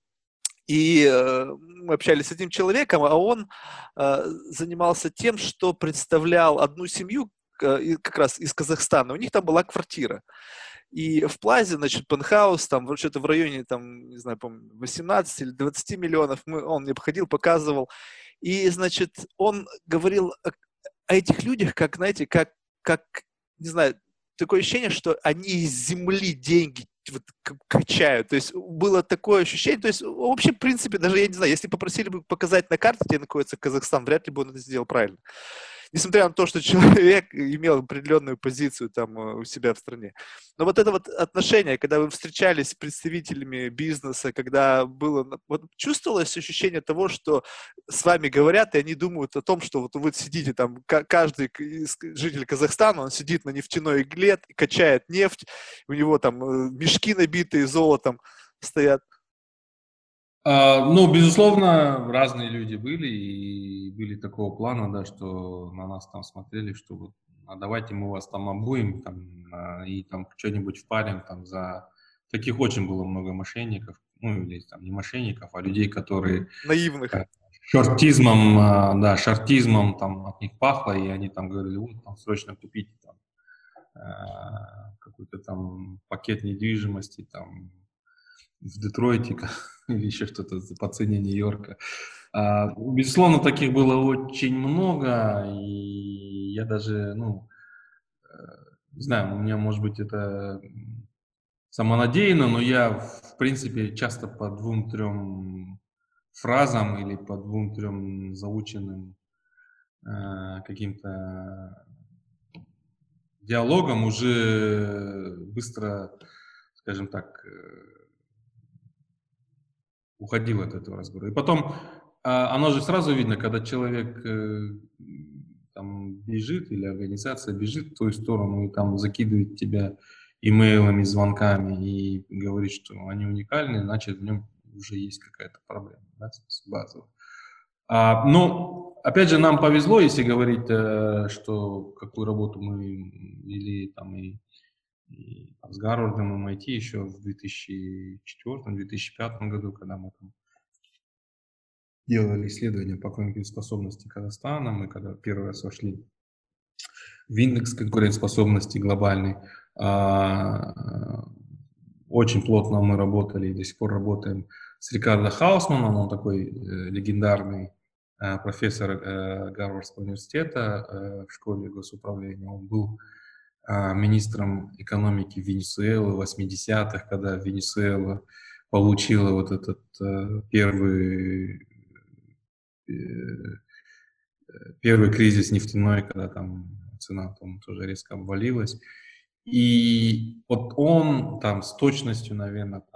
и мы общались с этим человеком, а он занимался тем, что представлял одну семью, как раз из Казахстана. У них там была квартира. И в Плазе, значит, пентхаус, там, что-то в районе, там, не знаю, по 18 или 20 миллионов, он мне походил, показывал. И, значит, он говорил о этих людях, как, знаете, как, не знаю, такое ощущение, что они из земли деньги вот, качают. То есть было такое ощущение, то есть вообще, в принципе, даже, я не знаю, если попросили бы показать на карте, где находится Казахстан, вряд ли бы он это сделал правильно. Несмотря на то, что человек имел определенную позицию там у себя в стране. Но вот это вот отношение, когда вы встречались с представителями бизнеса, когда было... Вот чувствовалось ощущение того, что с вами говорят, и они думают о том, что вот вы сидите там, каждый житель Казахстана, он сидит на нефтяной игле, качает нефть, у него там мешки набитые золотом стоят. Ну, безусловно, разные люди были, и были такого плана, да, что на нас там смотрели, что вот, а давайте мы вас там обуем, там, и там что-нибудь впарим, там, за... Таких очень было много мошенников, ну, или там не мошенников, а людей, которые Наивных. шортизмом, да, шортизмом там от них пахло, и они там говорили, вот, там, срочно купите там какой-то там пакет недвижимости, там, в Детройте или еще что-то по цене Нью-Йорка. Безусловно, таких было очень много, и я даже, ну, не знаю, у меня, может быть, это самонадеянно, но я, в принципе, часто по 2-3 фразам или по 2-3 заученным каким-то диалогам уже быстро, скажем так, уходил от этого разговора. И потом, оно же сразу видно, когда человек там бежит или организация бежит в твою сторону и там закидывает тебя имейлами, звонками и говорит, что они уникальны, значит, в нем уже есть какая-то проблема, да, базовая. Но, опять же, нам повезло, если говорить, что какую работу мы вели там и там, с Гарвардом, MIT еще в 2004-2005 году, когда мы там делали исследования по конкурентоспособности Казахстана, мы когда первый раз вошли в индекс конкурентоспособности глобальный, очень плотно мы работали и до сих пор работаем с Рикардо Хаусманом, он такой легендарный профессор Гарвардского университета в школе госуправления. Он был министром экономики Венесуэлы в 80-х, когда Венесуэла получила вот этот э, первый кризис нефтяной, когда там цена там тоже резко обвалилась. И вот он там с точностью, наверное, там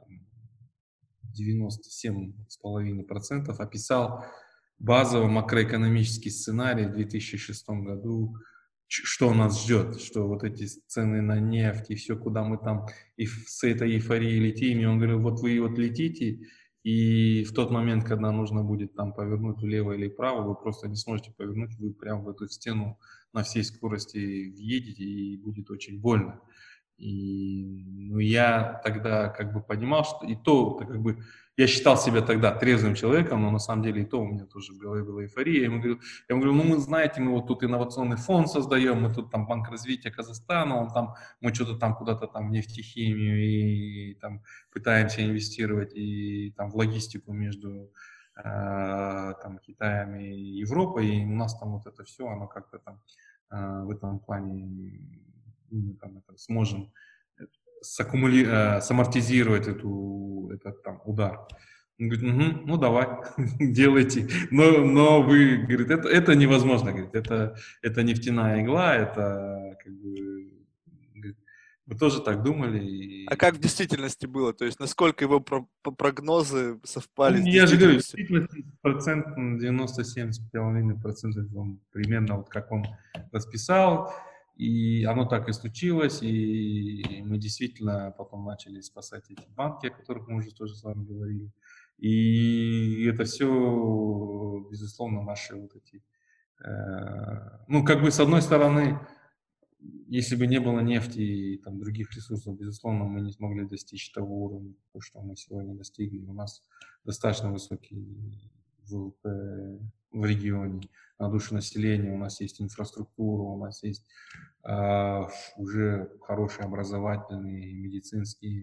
97,5% описал базовый макроэкономический сценарий в 2006 году, что нас ждет, что вот эти цены на нефть и все, куда мы там и с этой эйфорией летим. И он говорил, вот вы вот летите, и в тот момент, когда нужно будет там повернуть влево или вправо, вы просто не сможете повернуть, вы прямо в эту стену на всей скорости въедете, и будет очень больно. И ну, я тогда как бы понимал, что и то как бы я считал себя тогда трезвым человеком, но на самом деле и то у меня тоже в голове была эйфория. Я ему говорю, ну мы знаете, мы вот тут инновационный фонд создаем, мы тут там Банк развития Казахстана, мы что-то там куда-то там в нефтехимию и там пытаемся инвестировать и там в логистику между там Китаем и Европой, и у нас там вот это все, оно как-то там в этом плане мы там это сможем самортизировать этот там удар. Он говорит, угу, ну давай, делайте. Но вы, говорит, это невозможно, говорит, это нефтяная игла, это как бы, говорит, вы тоже так думали. А как в действительности было? То есть насколько его прогнозы совпали Ну, с я же говорю, действительностью? действительно, процент 97,5%, он примерно вот как он расписал, и оно так и случилось, и мы действительно потом начали спасать эти банки, о которых мы уже тоже с вами говорили. И это все, безусловно, наши вот эти, ну, как бы с одной стороны, если бы не было нефти и там, других ресурсов, безусловно, мы не смогли достичь того уровня, то, что мы сегодня достигли. У нас достаточно высокий ВВП в регионе на душу населения, у нас есть инфраструктура, у нас есть уже хорошие образовательные медицинские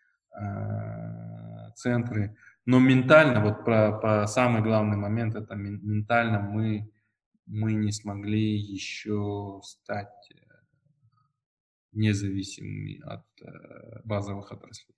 центры. Но ментально, вот по самый главный момент, это ментально мы не смогли еще стать независимыми от базовых отраслей.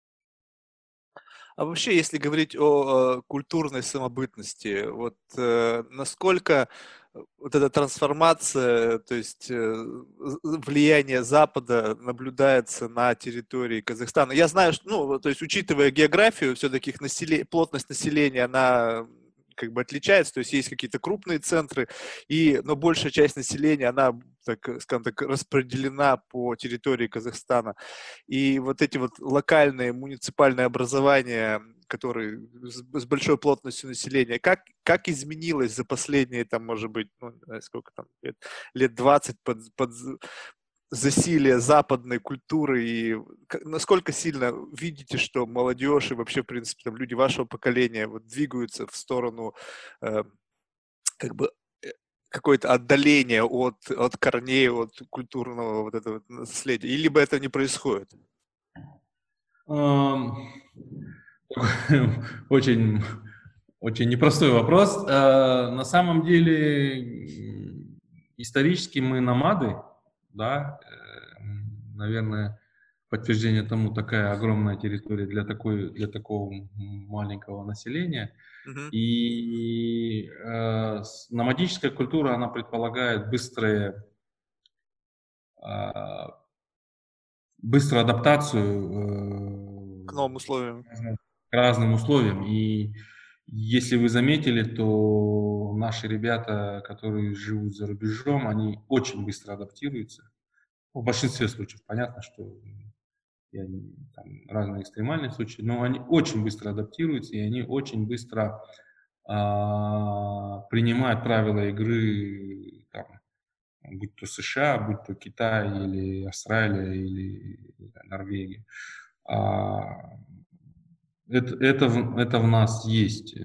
А вообще, если говорить о культурной самобытности, вот насколько вот эта трансформация, то есть влияние Запада наблюдается на территории Казахстана? Я знаю, что, ну, то есть учитывая географию, все-таки плотность населения, она как бы отличается, то есть есть какие-то крупные центры, но большая часть населения, она, так, скажем так, распределена по территории Казахстана. И вот эти вот локальные муниципальные образования, которые с большой плотностью населения, как изменилось за последние, там, может быть, ну, не знаю, сколько там, лет 20 под засилие западной культуры, и насколько сильно видите, что молодежь и вообще, в принципе, там, люди вашего поколения вот двигаются в сторону как бы какое-то отдаление от корней, от культурного вот этого наследия, и либо это не происходит? Очень, очень непростой вопрос. На самом деле, исторически мы nomады, да, наверное, подтверждение тому такая огромная территория для такого маленького населения. Мгм. И номадическая культура, она предполагает быструю адаптацию К новым условиям. к разным условиям. И если вы заметили, то наши ребята, которые живут за рубежом, они очень быстро адаптируются. В большинстве случаев понятно, что там разные экстремальные случаи, но они очень быстро адаптируются, и они очень быстро принимают правила игры, там, будь то США, будь то Китай или Австралия или Норвегия. Это в нас есть.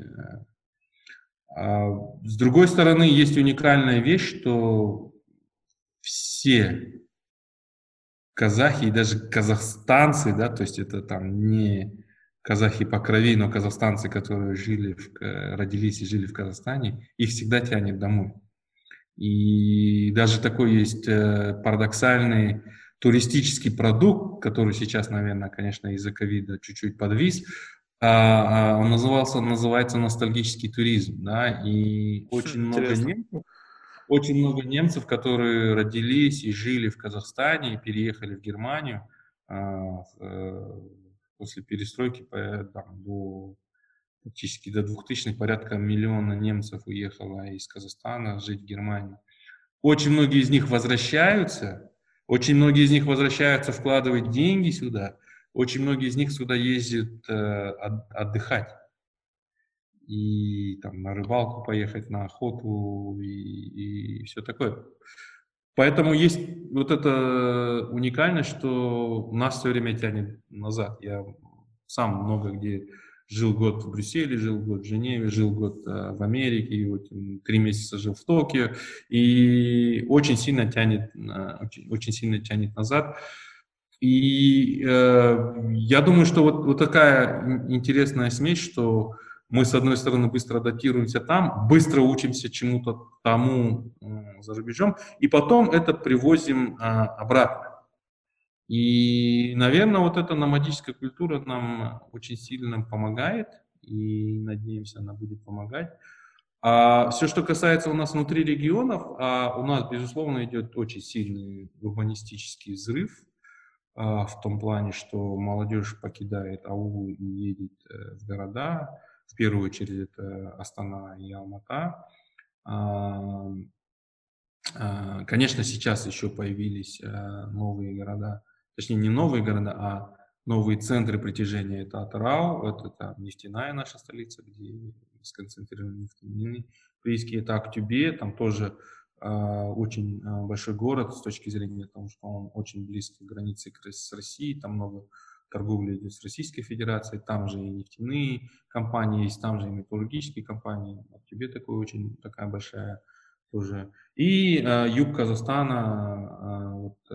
С другой стороны, есть уникальная вещь, что все казахи и даже казахстанцы, да, то есть это там не казахи по крови, но казахстанцы, которые родились и жили в Казахстане, их всегда тянет домой. И даже такой есть парадоксальный туристический продукт, который сейчас, наверное, конечно, из-за ковида чуть-чуть подвис. Он называется ностальгический туризм, да, и Интересно. очень много немцев, которые родились и жили в Казахстане, и переехали в Германию после перестройки практически до 2000-х порядка миллиона немцев уехало из Казахстана жить в Германию. Очень многие из них возвращаются, очень многие из них возвращаются вкладывать деньги сюда, очень многие из них сюда ездят отдыхать. И там на рыбалку поехать, на охоту и все такое. Поэтому есть вот эта уникальность, что нас все время тянет назад. Я сам много где жил год в Брюсселе, жил год в Женеве, жил год в Америке, и вот 3 месяца жил в Токио, и очень сильно тянет, очень сильно тянет назад. И я думаю, что вот такая интересная смесь, что мы, с одной стороны, быстро адаптируемся там, быстро учимся чему-то тому за рубежом, и потом это привозим обратно. И, наверное, вот эта номадическая культура нам очень сильно помогает, и надеемся, она будет помогать. А все, что касается у нас внутри регионов, у нас, безусловно, идет очень сильный урбанистический взрыв, в том плане, что молодежь покидает аулы и едет в города. В первую очередь это Астана и Алмата. А, Конечно, сейчас еще появились новые города, точнее не новые города, а новые центры притяжения. Это Атырау, это там нефтяная наша столица, где сконцентрированы нефтяные прииски. Это Актюбе, там тоже очень большой город с точки зрения того, что он очень близко к границе с Россией, там много торговли идет с Российской Федерацией, там же и нефтяные компании есть, там же и металлургические компании. Актюбе такой очень такая большая тоже. И юг Казахстана,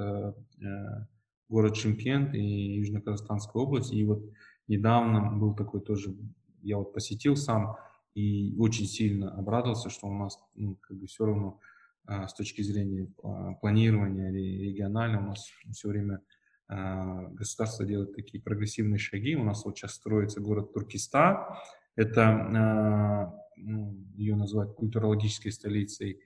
город Шымкент и Южно-Казахстанская область. И вот недавно был такой тоже, я вот посетил сам и очень сильно обрадовался, что у нас как бы все равно с точки зрения планирования регионального у нас все время государство делает такие прогрессивные шаги. У нас вот сейчас строится город Туркеста. Это ее называют культурологической столицей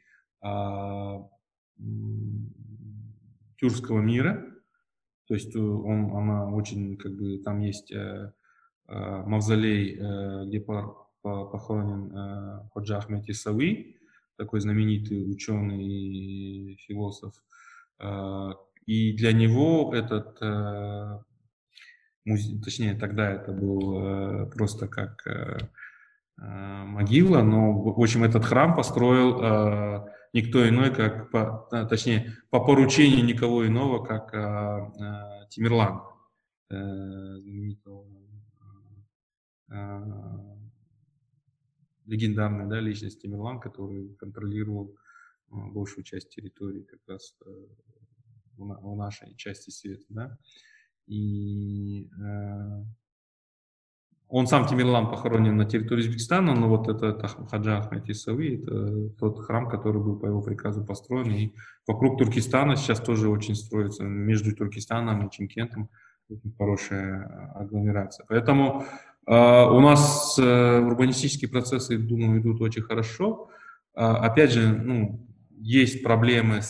тюркского мира. То есть она очень, как бы, там есть мавзолей, где похоронен Ходжа Ахмед Исави, такой знаменитый ученый и философ. И для него этот музей, точнее, тогда это был просто как могила, но, в общем, этот храм построил никто иной, точнее, по поручению никого иного, как Тимирлан, знаменитого, легендарная, да, личность Тимирлан, который контролировал большую часть территории как раз в нашей части света, да, и он сам, Тимирлан, похоронен на территории Узбекистана, но вот это Хаджа Ахмед Исави, это тот храм, который был по его приказу построен. И вокруг Туркестана сейчас тоже очень строится, между Туркестаном и Чимкентом очень хорошая агломерация. Поэтому у нас урбанистические процессы, думаю, идут очень хорошо. Опять же, ну, есть проблемы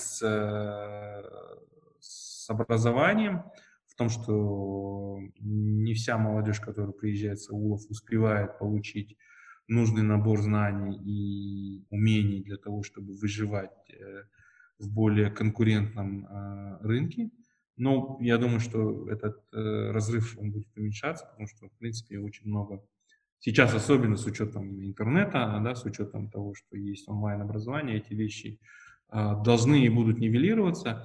с образованием, в том, что не вся молодежь, которая приезжает с аулов, успевает получить нужный набор знаний и умений для того, чтобы выживать в более конкурентном рынке. Но я думаю, что этот разрыв он будет уменьшаться, потому что, в принципе, очень много сейчас, особенно с учетом интернета, да, с учетом того, что есть онлайн-образование, эти вещи должны и будут нивелироваться.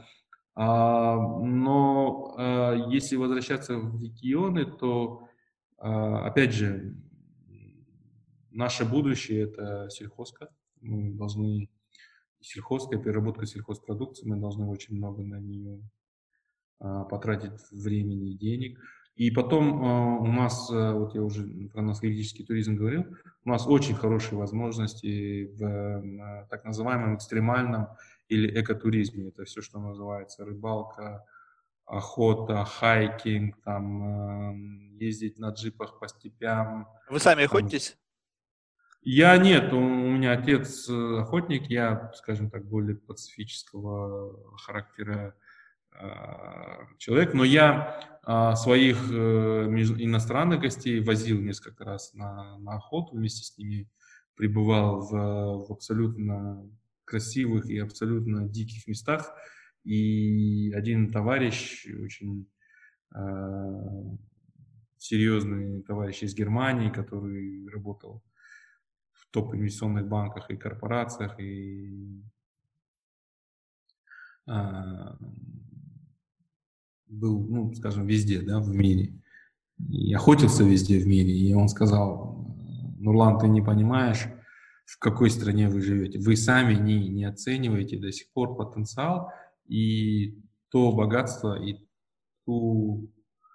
Но если возвращаться в регионы, то, опять же, наше будущее – это сельхозка. Мы должны, сельхозка, переработка сельхозпродукции, мы должны очень много на нее потратить времени и денег. И потом у нас, вот я уже про ностальгический туризм говорил, у нас очень хорошие возможности в так называемом экстремальном или экотуризме. Это все, что называется рыбалка, охота, хайкинг, там, ездить на джипах по степям. Вы сами Там. охотитесь? Я нет, у меня отец охотник, я, скажем так, более пацифического характера человек, но я своих иностранных гостей возил несколько раз на охоту, вместе с ними пребывал в абсолютно красивых и абсолютно диких местах. И один товарищ, очень серьезный товарищ из Германии, который работал в топ-инвестиционных банках и корпорациях, и а, был, ну, скажем, везде, да, в мире, и охотился везде в мире, и он сказал: Нурлан, ты не понимаешь, в какой стране вы живете. Вы сами не оцениваете до сих пор потенциал и то богатство, и ту,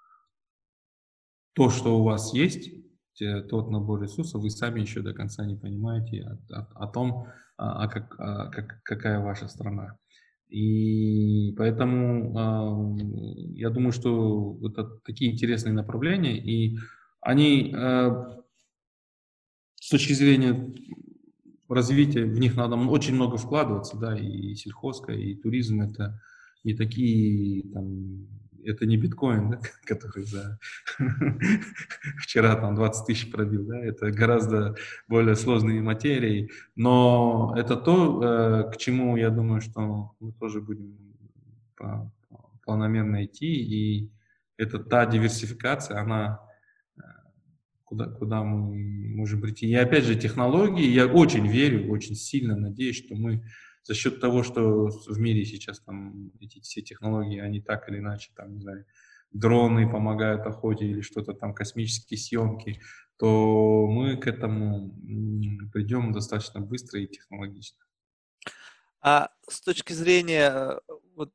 то, что у вас есть, тот набор ресурсов, вы сами еще до конца не понимаете о том, какая ваша страна. И поэтому я думаю, что это такие интересные направления, и они с точки зрения развития, в них надо очень много вкладываться, да, и сельхозка, и туризм — это не такие, там, это не биткоин, да, который за вчера там 20 тысяч пробил, да, это гораздо более сложные материи, но это то, к чему, я думаю, что мы тоже будем планомерно идти, и это та диверсификация, она куда мы можем прийти. И опять же, технологии, я очень верю, очень сильно надеюсь, что мы за счет того, что в мире сейчас там эти все технологии, они так или иначе, там, не знаю, дроны помогают охоте или что-то там, космические съемки, то мы к этому придем достаточно быстро и технологично. А с точки зрения, вот,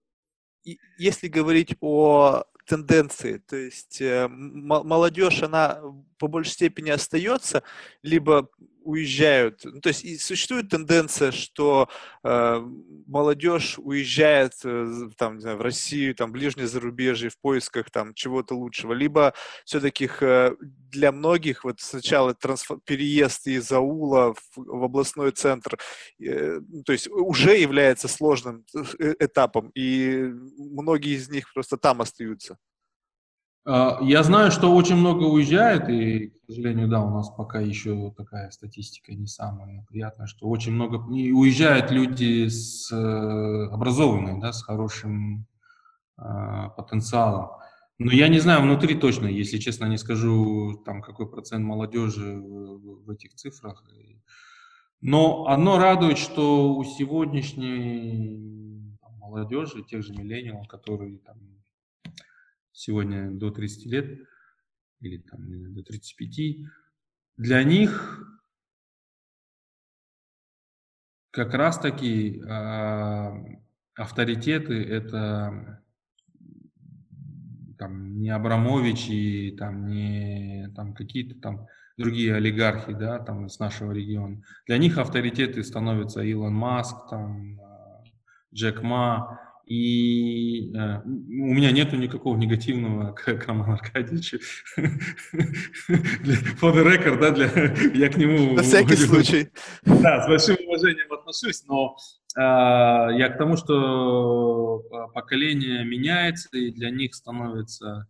если говорить о тенденции, то есть молодежь, она по большей степени остается, либо уезжают. Ну, то есть и существует тенденция, что молодежь уезжает там, не знаю, в Россию, там, ближнее зарубежье в поисках там чего-то лучшего, либо все-таки для многих вот сначала переезд из аула в областной центр, то есть уже является сложным этапом, и многие из них просто там остаются. Я знаю, что очень много уезжает, и, к сожалению, да, у нас пока еще такая статистика не самая приятная, что очень много и уезжают люди с образованные, да, с хорошим потенциалом. Но я не знаю внутри точно, если честно, не скажу, там, какой процент молодежи в этих цифрах. Но одно радует, что у сегодняшней там, молодежи, тех же миллениалов, которые там, сегодня до 30 лет, или там, не знаю, до 35, для них как раз-таки авторитеты — это там не Абрамович и там не там какие-то там другие олигархи, да, там с нашего региона. Для них авторитеты становятся Илон Маск, там Джек Ма. И у меня нету никакого негативного к Роману Аркадьевичу. For the record, да, я к На нему всякий случай. да, с большим уважением отношусь, но я к тому, что поколение меняется, и для них становятся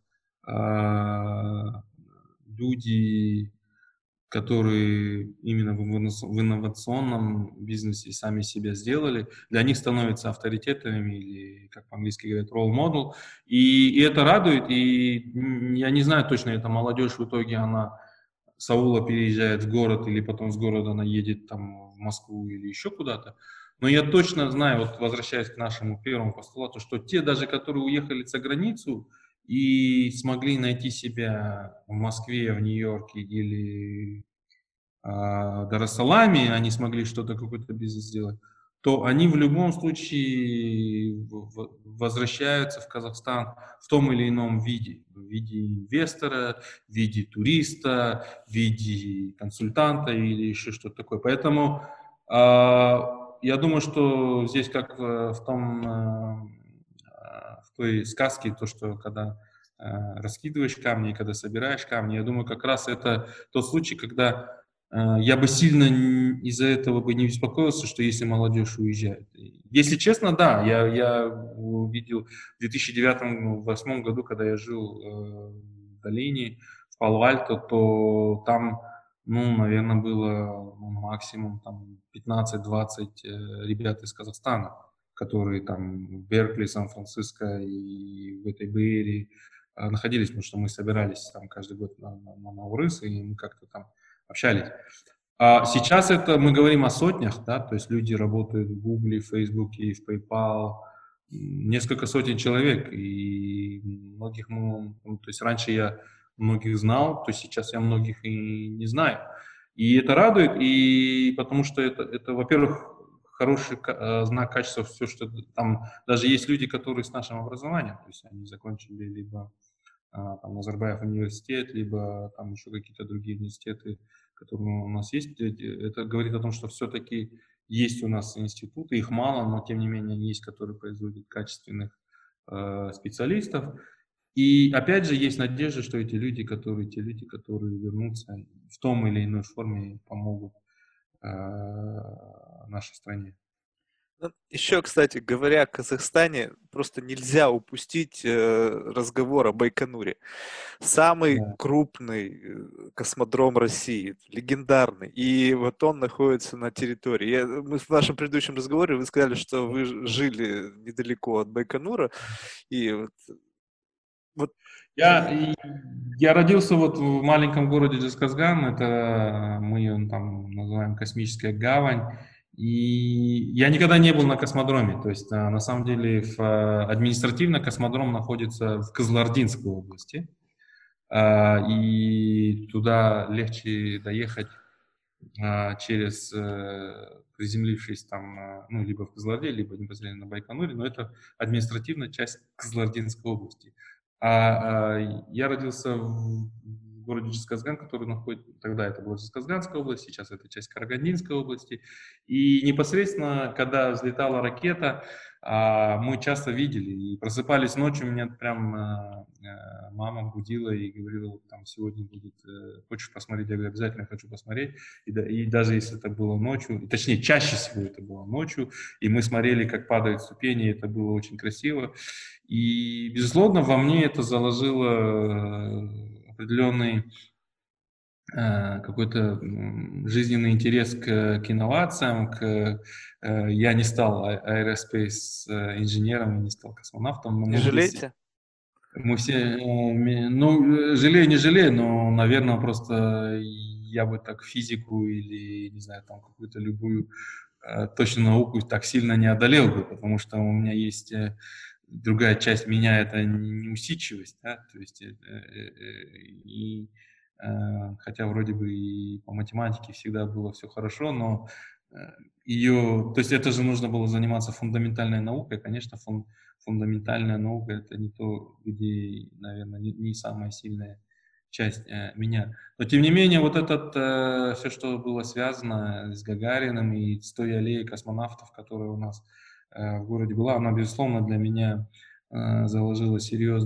люди, которые именно в инновационном бизнесе сами себя сделали, для них становятся авторитетами или, как по-английски говорят, role model. И это радует, и я не знаю точно, эта молодежь в итоге, она с аула переезжает в город, или потом с города она едет там в Москву или еще куда-то. Но я точно знаю, вот возвращаясь к нашему первому постулату, что те даже, которые уехали за границу и смогли найти себя в Москве, в Нью-Йорке или Дар-эс-Саламе, они смогли что-то, какой-то бизнес сделать, то они в любом случае возвращаются в Казахстан в том или ином виде. В виде инвестора, в виде туриста, в виде консультанта или еще что-то такое. Поэтому я думаю, что здесь как в той сказке, то, что когда раскидываешь камни, когда собираешь камни, я думаю, как раз это тот случай, когда я бы сильно из-за этого бы не беспокоился, что если молодежь уезжает. Если честно, да, я увидел в 2009-2008 году, когда я жил в долине, в Пало-Альто, то там, ну, наверное, было максимум там 15-20 ребят из Казахстана, которые там в Беркли, Сан-Франциско и в этой Бэйре находились, потому что мы собирались там каждый год на Наурыз, и мы как-то там общались. А сейчас это мы говорим о сотнях, да, то есть люди работают в Гугле, в Фейсбуке, в PayPal, несколько сотен человек, и многих, ну, то есть раньше я многих знал, то сейчас я многих и не знаю. И это радует, и потому что это во-первых, хороший знак качества, все, что там, даже есть люди, которые с нашим образованием, то есть они закончили либо там Назарбаев университет, либо там еще какие-то другие университеты, которые у нас есть. Это говорит о том, что все-таки есть у нас институты, их мало, но тем не менее они есть, которые производят качественных специалистов. И опять же есть надежда, что те люди, которые вернутся в том или иной форме, помогут нашей стране. Ну, еще, кстати, говоря о Казахстане, просто нельзя упустить разговор о Байконуре. Самый Да. крупный космодром России, легендарный. И вот он находится на территории. Мы в нашем предыдущем разговоре вы сказали, что вы жили недалеко от Байконура. И вот Я, и- я родился вот в маленьком городе Джасказган, это мы ее там называем космическая гавань, и я никогда не был на космодроме, то есть на самом деле административно космодром находится в Кызылординской области, и туда легче доехать приземлившись там, ну, либо в Кызылорде, либо непосредственно на Байконуре, но это административная часть Кызылординской области. Я родился в городе Жезказган, который находится, тогда это была Жезказганская область, сейчас это часть Карагандинской области. И непосредственно, когда взлетала ракета, мы часто видели и просыпались ночью, меня прям мама будила и говорила, там сегодня будет, хочешь посмотреть? Я говорю, обязательно хочу посмотреть. И даже если это было ночью, и, точнее, чаще всего это было ночью, и мы смотрели, как падают ступени, это было очень красиво. И, безусловно, во мне это заложило определенный какой-то жизненный интерес к инновациям, я не стал аэроспейс инженером, не стал космонавтом, но не жалеете? мы все, ну, жалею, не жалею, но, наверное, просто я бы так физику или, не знаю, там какую-то любую точную науку так сильно не одолел бы, потому что у меня есть другая часть меня, это неусидчивость, да, то есть, и, хотя вроде бы и по математике всегда было все хорошо, но то есть это же нужно было заниматься фундаментальной наукой, конечно, фундаментальная наука это не то, где, наверное, не самая сильная часть меня. Но тем не менее, вот все, что было связано с Гагариным и с той аллеей космонавтов, которая у нас в городе была, она, безусловно, для меня заложила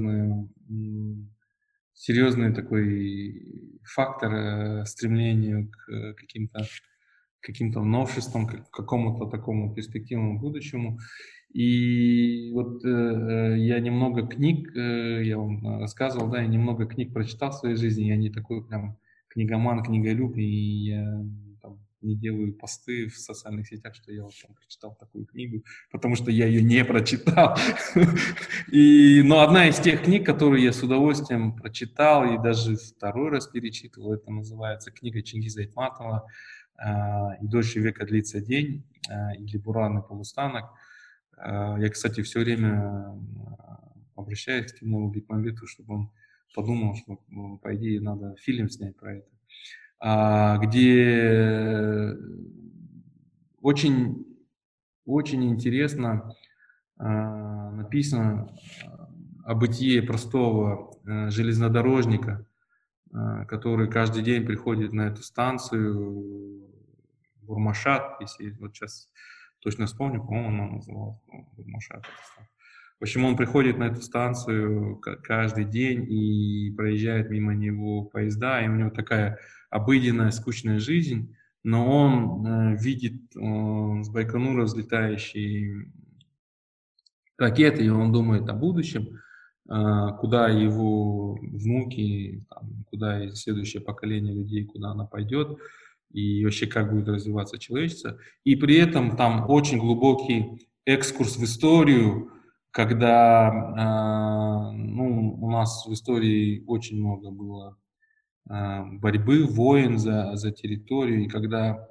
серьезный такой фактор стремлению к каким-то новшествам, к какому-то такому перспективному будущему. И вот я немного книг, я вам рассказывал, да, я немного книг прочитал в своей жизни, я не такой прям книгоман, книголюб, и я там, не делаю посты в социальных сетях, что я вот там прочитал такую книгу, потому что я ее не прочитал. Но одна из тех книг, которые я с удовольствием прочитал и даже второй раз перечитывал, это называется книга Чингиза Айтматова «И дольше века длится день» или «Буран и полустанок». Я, кстати, все время обращаюсь к Тимуру Бекмамбетову, чтобы он подумал, что, по идее, надо фильм снять про это, где очень очень интересно написано о бытие простого железнодорожника, который каждый день приходит на эту станцию Бурмашат, если вот сейчас точно вспомню, по-моему, она называлась Бурмашат. В общем, он приходит на эту станцию каждый день и проезжает мимо него поезда, и у него такая обыденная, скучная жизнь, но он видит с Байконура взлетающие ракеты, и он думает о будущем, куда его внуки, там, куда и следующее поколение людей, куда она пойдет, и вообще как будет развиваться человечество. И при этом там очень глубокий экскурс в историю, когда ну, у нас в истории очень много было борьбы, войн за территорию, и когда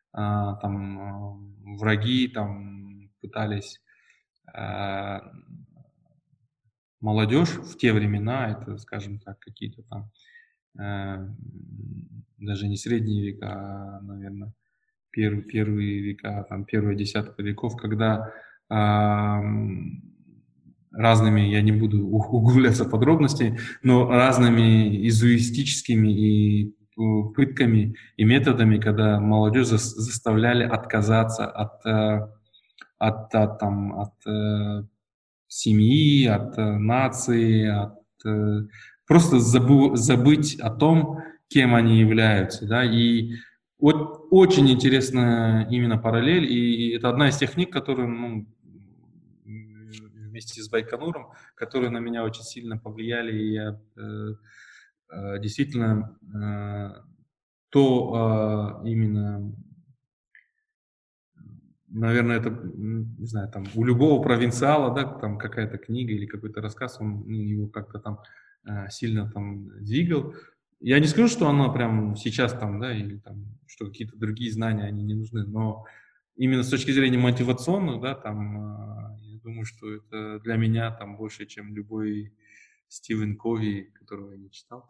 там враги там пытались молодежь в те времена, это, скажем так, какие-то там даже не средние века, а, наверное, первые века, там, первые десятка веков, когда разными, я не буду углубляться в подробности, но разными изуистическими и пытками и методами, когда молодежь заставляли отказаться от семьи, от нации, просто забыть о том, кем они являются, да, и вот очень интересная именно параллель, и это одна из тех книг, которые, ну, вместе с Байконуром, которые на меня очень сильно повлияли, и я действительно именно, наверное, это, не знаю, там у любого провинциала, да, там какая-то книга или какой-то рассказ, он его как-то там сильно там двигал. Я не скажу, что она прям сейчас там, да, или там, что какие-то другие знания, они не нужны, но именно с точки зрения мотивационных, да, там, я думаю, что это для меня там больше, чем любой Стивен Кови, которого я не читал,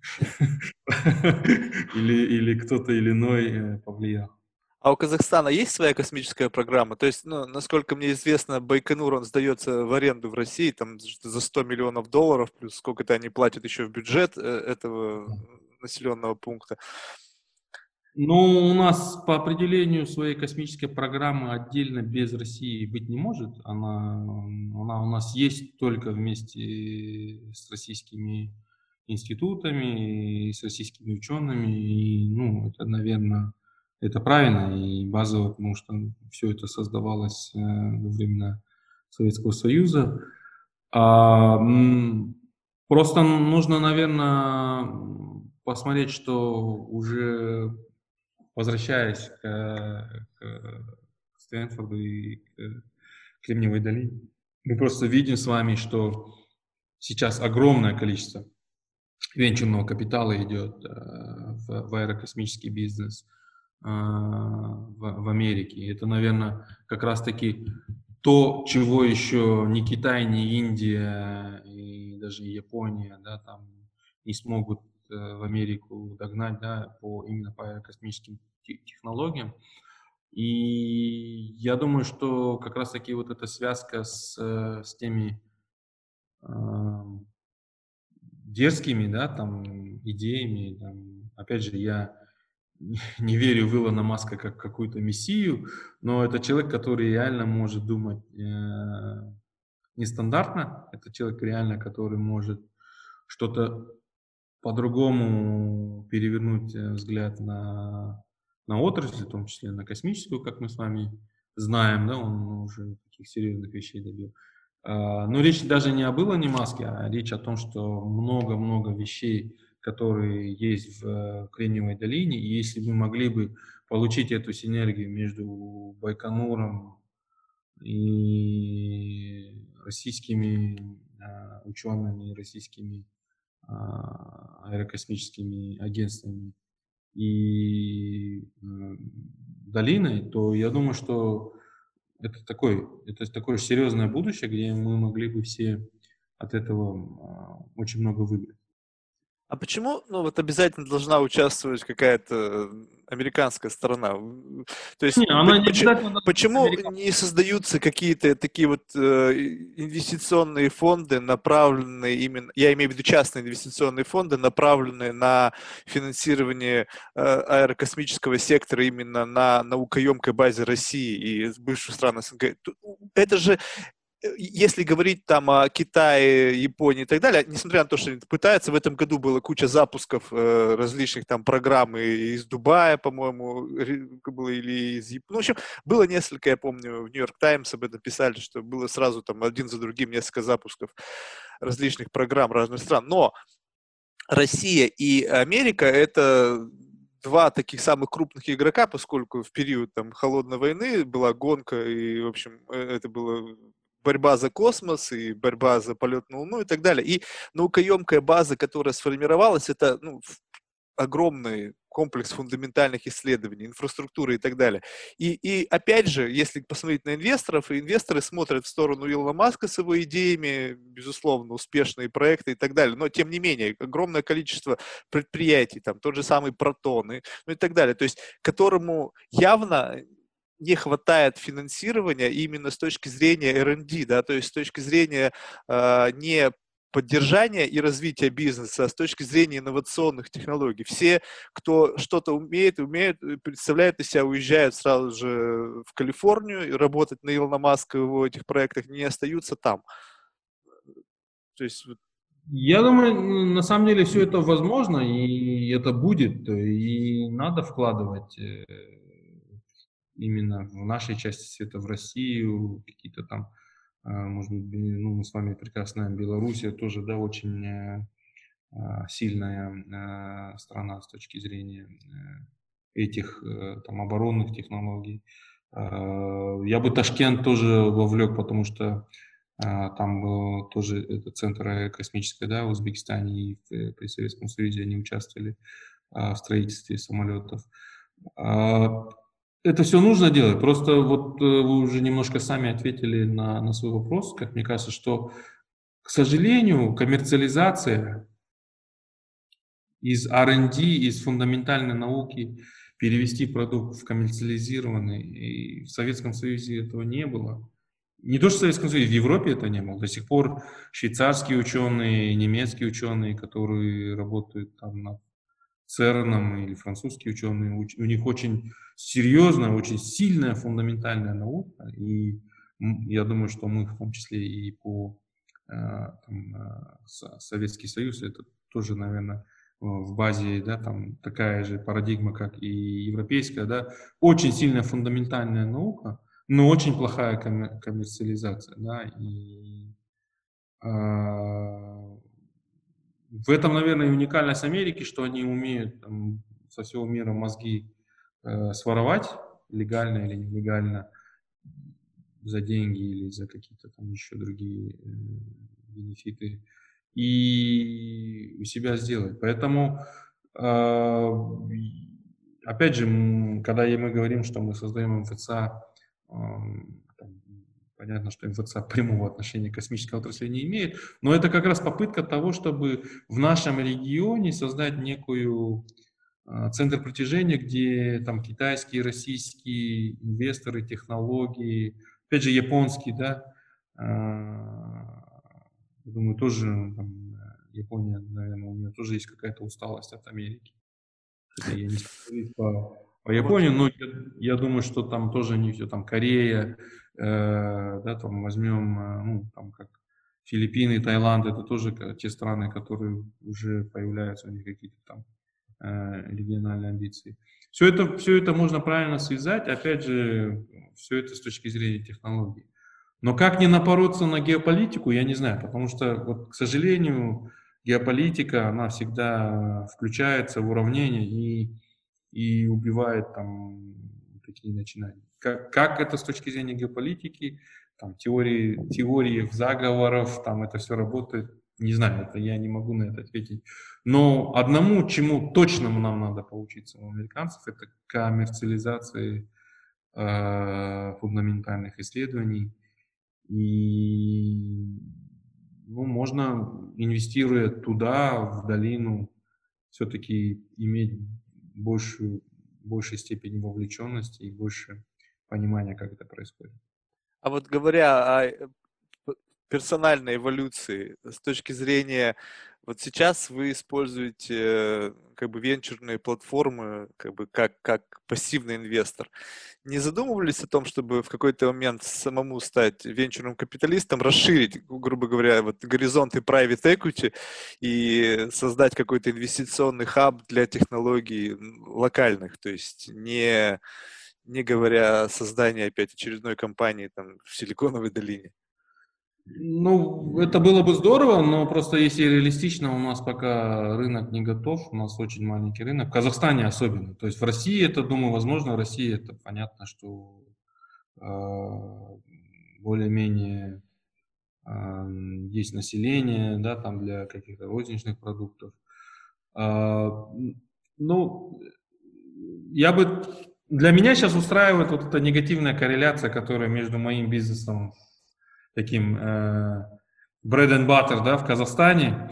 или кто-то иной повлиял. А у Казахстана есть своя космическая программа? То есть, ну, насколько мне известно, Байконур, он сдается в аренду в России, там за 100 миллионов долларов, плюс сколько-то они платят еще в бюджет этого населенного пункта. Ну, у нас по определению своей космической программы отдельно без России быть не может. Она у нас есть только вместе с российскими институтами и с российскими учеными. И, ну, это, наверное, это правильно и базово, потому что все это создавалось во времена Советского Союза. А, просто нужно, наверное, посмотреть, что уже возвращаясь к Стэнфорду и к Кремниевой долине, мы просто видим с вами, что сейчас огромное количество венчурного капитала идет в аэрокосмический бизнес в Америке. И это, наверное, как раз-таки то, чего еще ни Китай, ни Индия, и даже Япония, да, там не смогут в Америку догнать, да, именно по аэрокосмическим технологиям. И я думаю, что как раз-таки вот эта связка с теми дерзкими, да, там, идеями, там, опять же, я не верю в Илона Маска как какую-то мессию, но это человек, который реально может думать нестандартно, это человек реально, который может что-то по-другому перевернуть взгляд на отрасль, в том числе на космическую, как мы с вами знаем, да, он уже таких серьезных вещей добил. Но речь даже не об Илоне Маске, а речь о том, что много-много вещей, которые есть в Кремниевой долине, и если мы могли бы получить эту синергию между Байконуром и российскими учеными, российскими аэрокосмическими агентствами и долиной, то я думаю, что это такое серьезное будущее, где мы могли бы все от этого очень много выиграть. А почему, ну, вот обязательно должна участвовать какая-то американская сторона? То есть, Не, она не обязательно должна быть почему американской. не создаются какие-то такие вот инвестиционные фонды, направленные именно, я имею в виду частные инвестиционные фонды, направленные на финансирование аэрокосмического сектора именно на наукоемкой базе России и бывших стран СНГ? Это же если говорить там о Китае, Японии и так далее, несмотря на то, что они пытаются, в этом году было куча запусков различных там программ из Дубая, по-моему, было или из Японии. Ну, в общем, было несколько, я помню, в Нью-Йорк Таймс об этом писали, что было сразу там один за другим несколько запусков различных программ разных стран. Но Россия и Америка — это два таких самых крупных игрока, поскольку в период там холодной войны была гонка, и, в общем, это было борьба за космос и борьба за полет на Луну и так далее. И наукоемкая база, которая сформировалась, это ну, огромный комплекс фундаментальных исследований, инфраструктуры и так далее. И опять же, если посмотреть на инвесторов, и инвесторы смотрят в сторону Илона Маска с его идеями, безусловно, успешные проекты и так далее, но тем не менее, огромное количество предприятий, там тот же самый Протон, ну и так далее, то есть которому явно не хватает финансирования именно с точки зрения R&D, да, то есть с точки зрения не поддержания и развития бизнеса, а с точки зрения инновационных технологий. Все, кто что-то умеют, представляют из себя, уезжают сразу же в Калифорнию и работать на Илона Маска в его этих проектах, не остаются там. То есть Я думаю, на самом деле все это возможно, и это будет, и надо вкладывать именно в нашей части света, в Россию, какие-то там, может быть, ну, мы с вами прекрасно знаем, Белоруссия тоже, да, очень сильная страна с точки зрения этих там оборонных технологий. Я бы Ташкент тоже вовлек, потому что там был тоже этот центр космической, да, в Узбекистане и при Советском Союзе они участвовали в строительстве самолетов. А, Это все нужно делать. Просто вот вы уже немножко сами ответили на свой вопрос, как мне кажется, что, к сожалению, коммерциализация из R&D, из фундаментальной науки перевести продукт в коммерциализированный. И в Советском Союзе этого не было. Не то, что в Советском Союзе, в Европе это не было. До сих пор швейцарские ученые, немецкие ученые, которые работают там над ЦЕРНом, или французские ученые, у них очень серьезная, очень сильная фундаментальная наука. И я думаю, что мы в том числе и по там, Советский Союз, это тоже, наверное, в базе, да, там такая же парадигма, как и европейская, да, очень сильная фундаментальная наука, но очень плохая коммерциализация, да, и в этом, наверное, и уникальность Америки, что они умеют там, со всего мира мозги своровать, легально или нелегально, за деньги или за какие-то там еще другие бенефиты, и у себя сделать. Поэтому, опять же, когда мы говорим, что мы создаем МФЦА, там, понятно, что МФЦА прямого отношения к космической отрасли не имеет, но это как раз попытка того, чтобы в нашем регионе создать некую центр притяжения, где там китайские, российские инвесторы, технологии, опять же японские, да, я думаю, тоже там, Япония, наверное, у нее тоже есть какая-то усталость от Америки. Хотя я не специалист по вот Японии, но я думаю, что там тоже не все, там Корея, да, там возьмем, ну, там как Филиппины, Таиланд, это тоже те страны, которые уже появляются у них какие-то там региональные амбиции. Все это можно правильно связать, опять же, все это с точки зрения технологий. Но как не напороться на геополитику, я не знаю, потому что, вот, к сожалению, геополитика, она всегда включается в уравнение и убивает там такие начинания. Как это с точки зрения геополитики, там, теории заговоров, там это все работает, не знаю, это я не могу на это ответить. Но одному, чему точно нам надо поучиться у американцев, это коммерциализации фундаментальных исследований. И ну, можно, инвестируя туда, в долину, все-таки иметь большей степени вовлеченности и больше понимания, как это происходит. А вот говоря о персональной эволюции, с точки зрения, вот сейчас вы используете как бы венчурные платформы как бы как пассивный инвестор. Не задумывались о том, чтобы в какой-то момент самому стать венчурным капиталистом, расширить, грубо говоря, вот горизонты private equity и создать какой-то инвестиционный хаб для технологий локальных, то есть не говоря о создании опять очередной компании там в Силиконовой долине? Ну, это было бы здорово, но просто если реалистично, у нас пока рынок не готов, у нас очень маленький рынок, в Казахстане особенно. То есть в России это, думаю, возможно, в России это понятно, что более-менее есть население, да, там для каких-то розничных продуктов. Ну, для меня сейчас устраивает вот эта негативная корреляция, которая между моим бизнесом, таким bread and butter, да, в Казахстане,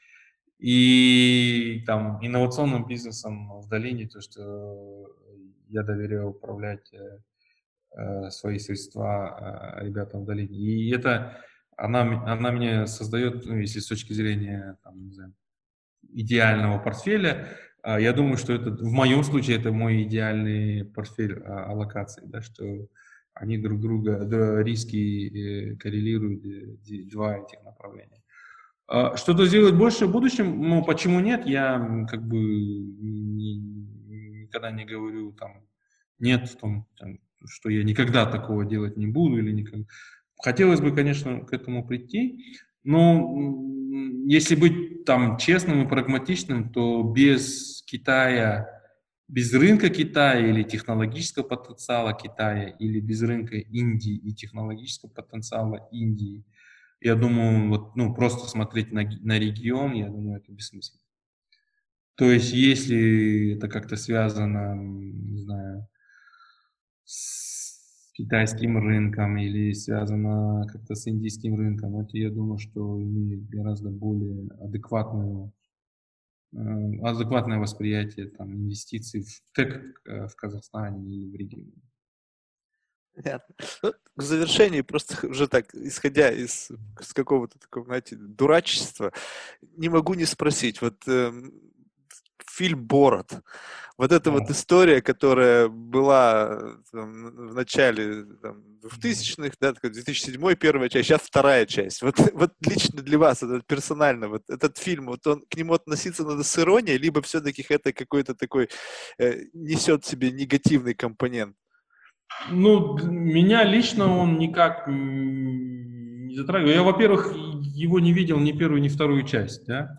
и там инновационным бизнесом в долине, то, что я доверяю управлять свои средства ребятам в долине. И она мне создает, ну, если с точки зрения там, не знаю, идеального портфеля, я думаю, что это в моем случае это мой идеальный портфель аллокаций, да, что они друг друга, да, риски коррелируют, два этих направления. Что-то сделать больше в будущем, ну, почему нет, я как бы никогда не говорю там нет в том, там, что я никогда такого делать не буду или никогда. Хотелось бы, конечно, к этому прийти, но если быть там честным и прагматичным, то без Китая, без рынка Китая или технологического потенциала Китая, или без рынка Индии и технологического потенциала Индии, я думаю, вот, ну, просто смотреть на регион, я думаю, это бессмысленно. То есть, если это как-то связано, не знаю, с китайским рынком или связано как-то с индийским рынком, это, я думаю, что имеет гораздо более адекватное восприятие там, инвестиций в ТЭК в Казахстане или в регионе. Понятно. Ну, к завершению, просто уже так, исходя из какого-то такого, знаете, дурачества, не могу не спросить. Вот фильм «Борат». Вот эта вот история, которая была там, в начале там, 2000-х, да, 2007 первая часть, сейчас вторая часть. Вот, вот лично для вас, это персонально, вот этот фильм, вот он к нему относиться надо с иронией, либо все-таки это какой-то такой несет в себе негативный компонент? Ну, меня лично он никак не затрагивает. Я, во-первых, его не видел ни первую, ни вторую часть, да,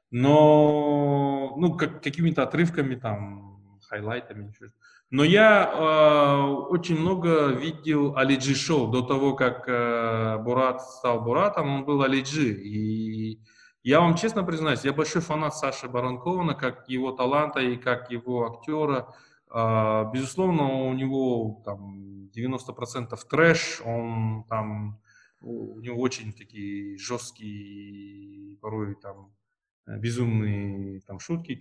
но, ну, какими-то отрывками, там, хайлайтами. Но я очень много видел Алиджи шоу до того, как Бурат стал Буратом, он был Алиджи. И я вам честно признаюсь, я большой фанат Саши Барон Коэна, как его таланта и как его актера. Безусловно, у него там 90% трэш, он там, у него очень такие жесткие, порой там безумные там шутки,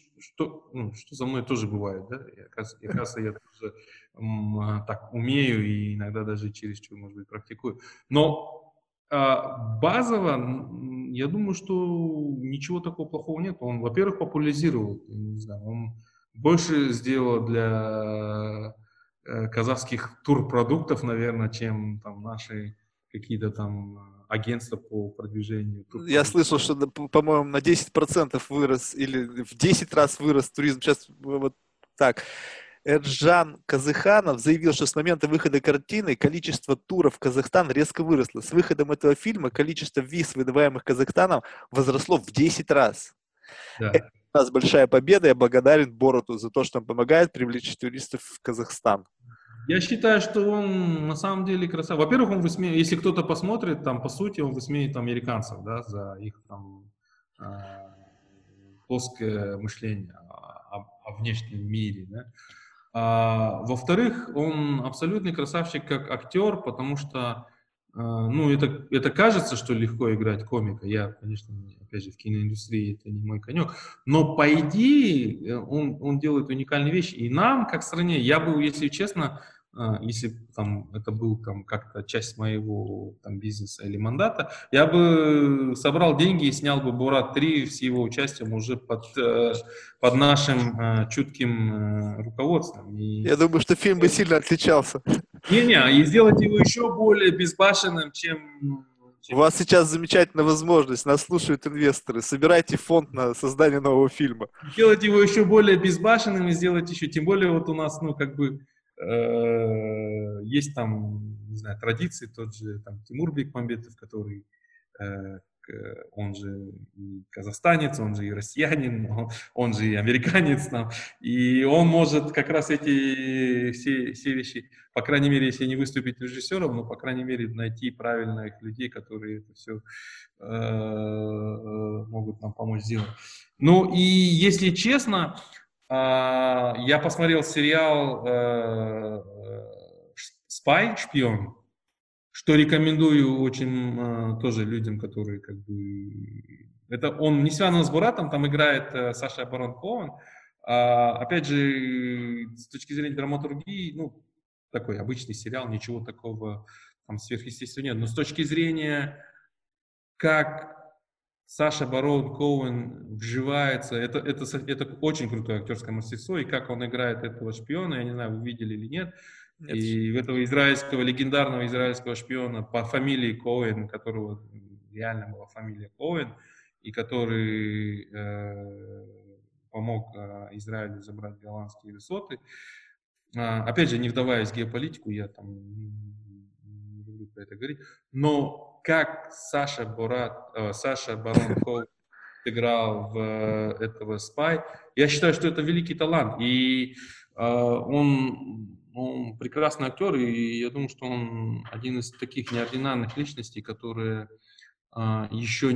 что за мной тоже бывает, да, и оказывается, я тоже так умею и иногда даже чересчур, может быть, практикую. Но базово, я думаю, что ничего такого плохого нет. Он, во-первых, популяризировал, не знаю, он больше сделал для казахских турпродуктов, наверное, чем там наши какие-то там агентства по продвижению Я турпродуктов. слышал, что, по-моему, на 10% вырос или в 10 раз вырос туризм. Сейчас вот так. Эрджан Казыханов заявил, что с момента выхода картины количество туров в Казахстан резко выросло. С выходом этого фильма количество виз, выдаваемых Казахстаном, возросло в 10 раз. Это Да. у нас большая победа. Я благодарен Бороту за то, что он помогает привлечь туристов в Казахстан. Я считаю, что он на самом деле красавец. Во-первых, он высмеивает, если кто-то посмотрит, там, по сути, он высмеивает американцев, да, за их там плоское мышление о внешнем мире, да. Во-вторых, он абсолютный красавчик как актер, потому что ну, это кажется, что легко играть комика. Я, конечно, опять же, в киноиндустрии это не мой конек. Но, по идее, он делает уникальные вещи. И нам, как стране, я был, если честно, если там это был там как-то часть моего там бизнеса или мандата, я бы собрал деньги и снял бы «Борат 3» с его участием уже под нашим чутким руководством. Я думаю, что фильм бы сильно отличался. Не-не, и сделать его еще более безбашенным, У вас сейчас замечательная возможность, нас слушают инвесторы. Собирайте фонд на создание нового фильма. сделать его еще более безбашенным и сделать еще, тем более вот у нас, ну, как бы, есть там, не знаю, традиции, тот же там Тимур Бекмамбетов, который, он же и казахстанец, он же и россиянин, он же и американец там, и он может как раз эти все вещи, по крайней мере, если не выступить режиссером, но, по крайней мере, найти правильных людей, которые это все могут нам помочь сделать. Ну и если честно, я посмотрел сериал «Спай», «Шпион», что рекомендую очень тоже людям, которые как бы... Это он не связан с Буратом, там играет Саша Барон Коэн. Опять же, с точки зрения драматургии, ну, такой обычный сериал, ничего такого там сверхъестественного нет. Но с точки зрения, как Саша Барон Коэн вживается, это очень крутое актерское мастерство, и как он играет этого шпиона, я не знаю, вы видели или нет, Нет. и этого израильского, легендарного израильского шпиона по фамилии Коэн, которого реально была фамилия Коэн, и который помог Израилю забрать голландские высоты. Опять же, не вдаваясь в геополитику, я там не люблю про это говорить, но как Саша Барон Коэн играл в этого Спай, я считаю, что это великий талант, и он прекрасный актер, и я думаю, что он один из таких неординарных личностей, которые еще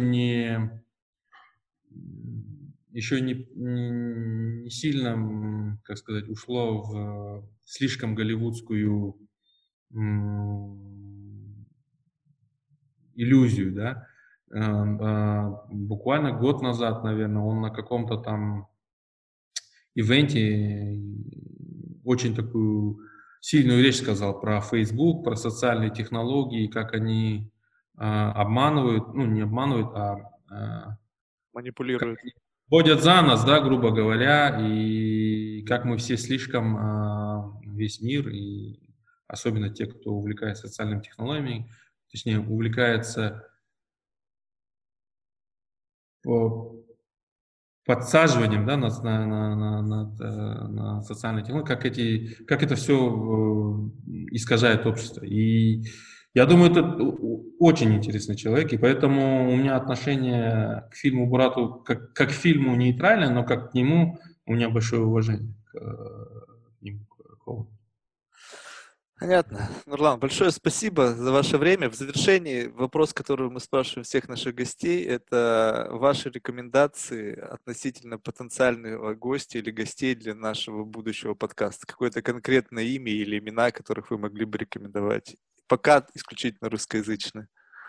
не сильно, как сказать, ушло в слишком голливудскую иллюзию, да. Буквально год назад, наверное, он на каком-то там ивенте очень такую сильную речь сказал про Facebook, про социальные технологии, как они обманывают, ну, не обманывают, Манипулируют. водят за нас, да, грубо говоря, и как мы все слишком, весь мир, и особенно те, кто увлекается социальными технологиями, точнее, увлекается подсаживанием, да, на социальные технологии, как это все искажает общество. И я думаю, это очень интересный человек, и поэтому у меня отношение к фильму «Бурату» как к фильму нейтральное, но как к нему у меня большое уважение к нему. Понятно. Нурлан, большое спасибо за ваше время. В завершении вопрос, который мы спрашиваем всех наших гостей, это ваши рекомендации относительно потенциального гостя или гостей для нашего будущего подкаста. Какое-то конкретное имя или имена, которых вы могли бы рекомендовать. Пока исключительно русскоязычные.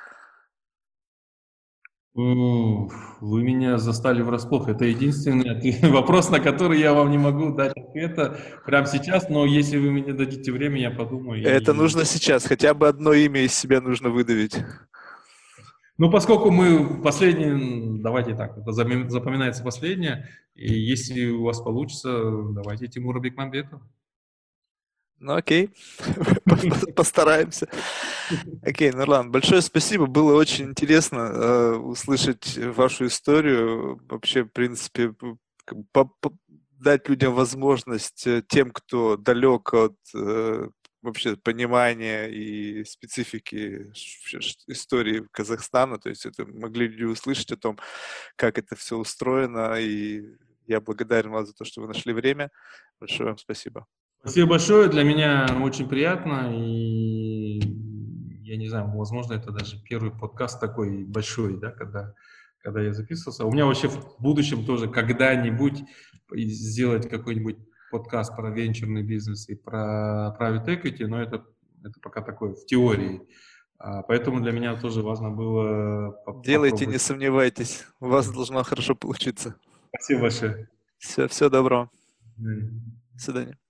Вы меня застали врасплох. Это единственный вопрос, на который я вам не могу дать ответа прямо сейчас, но если вы мне дадите время, я подумаю. Это нужно сейчас. Хотя бы одно имя из себя нужно выдавить. Ну, поскольку мы последние, давайте так, это запоминается последнее, и если у вас получится, давайте Тимура Бекмамбетова. Ну, окей. Постараемся. Окей, Нурлан, большое спасибо. Было очень интересно услышать вашу историю. Вообще, в принципе, дать людям возможность, тем, кто далек от вообще понимания и специфики истории Казахстана, то есть это могли люди услышать о том, как это все устроено, и я благодарен вам за то, что вы нашли время. Большое вам спасибо. Спасибо большое, для меня очень приятно, и я не знаю, возможно, это даже первый подкаст такой большой, да, когда я записывался. У меня вообще в будущем тоже когда-нибудь сделать какой-нибудь подкаст про венчурный бизнес и про private equity, но это пока такое в теории. Поэтому для меня тоже важно было Делайте, не попробовать. сомневайтесь. У вас должно хорошо получиться. Спасибо большое. Все, всего доброго. Мгм. До свидания.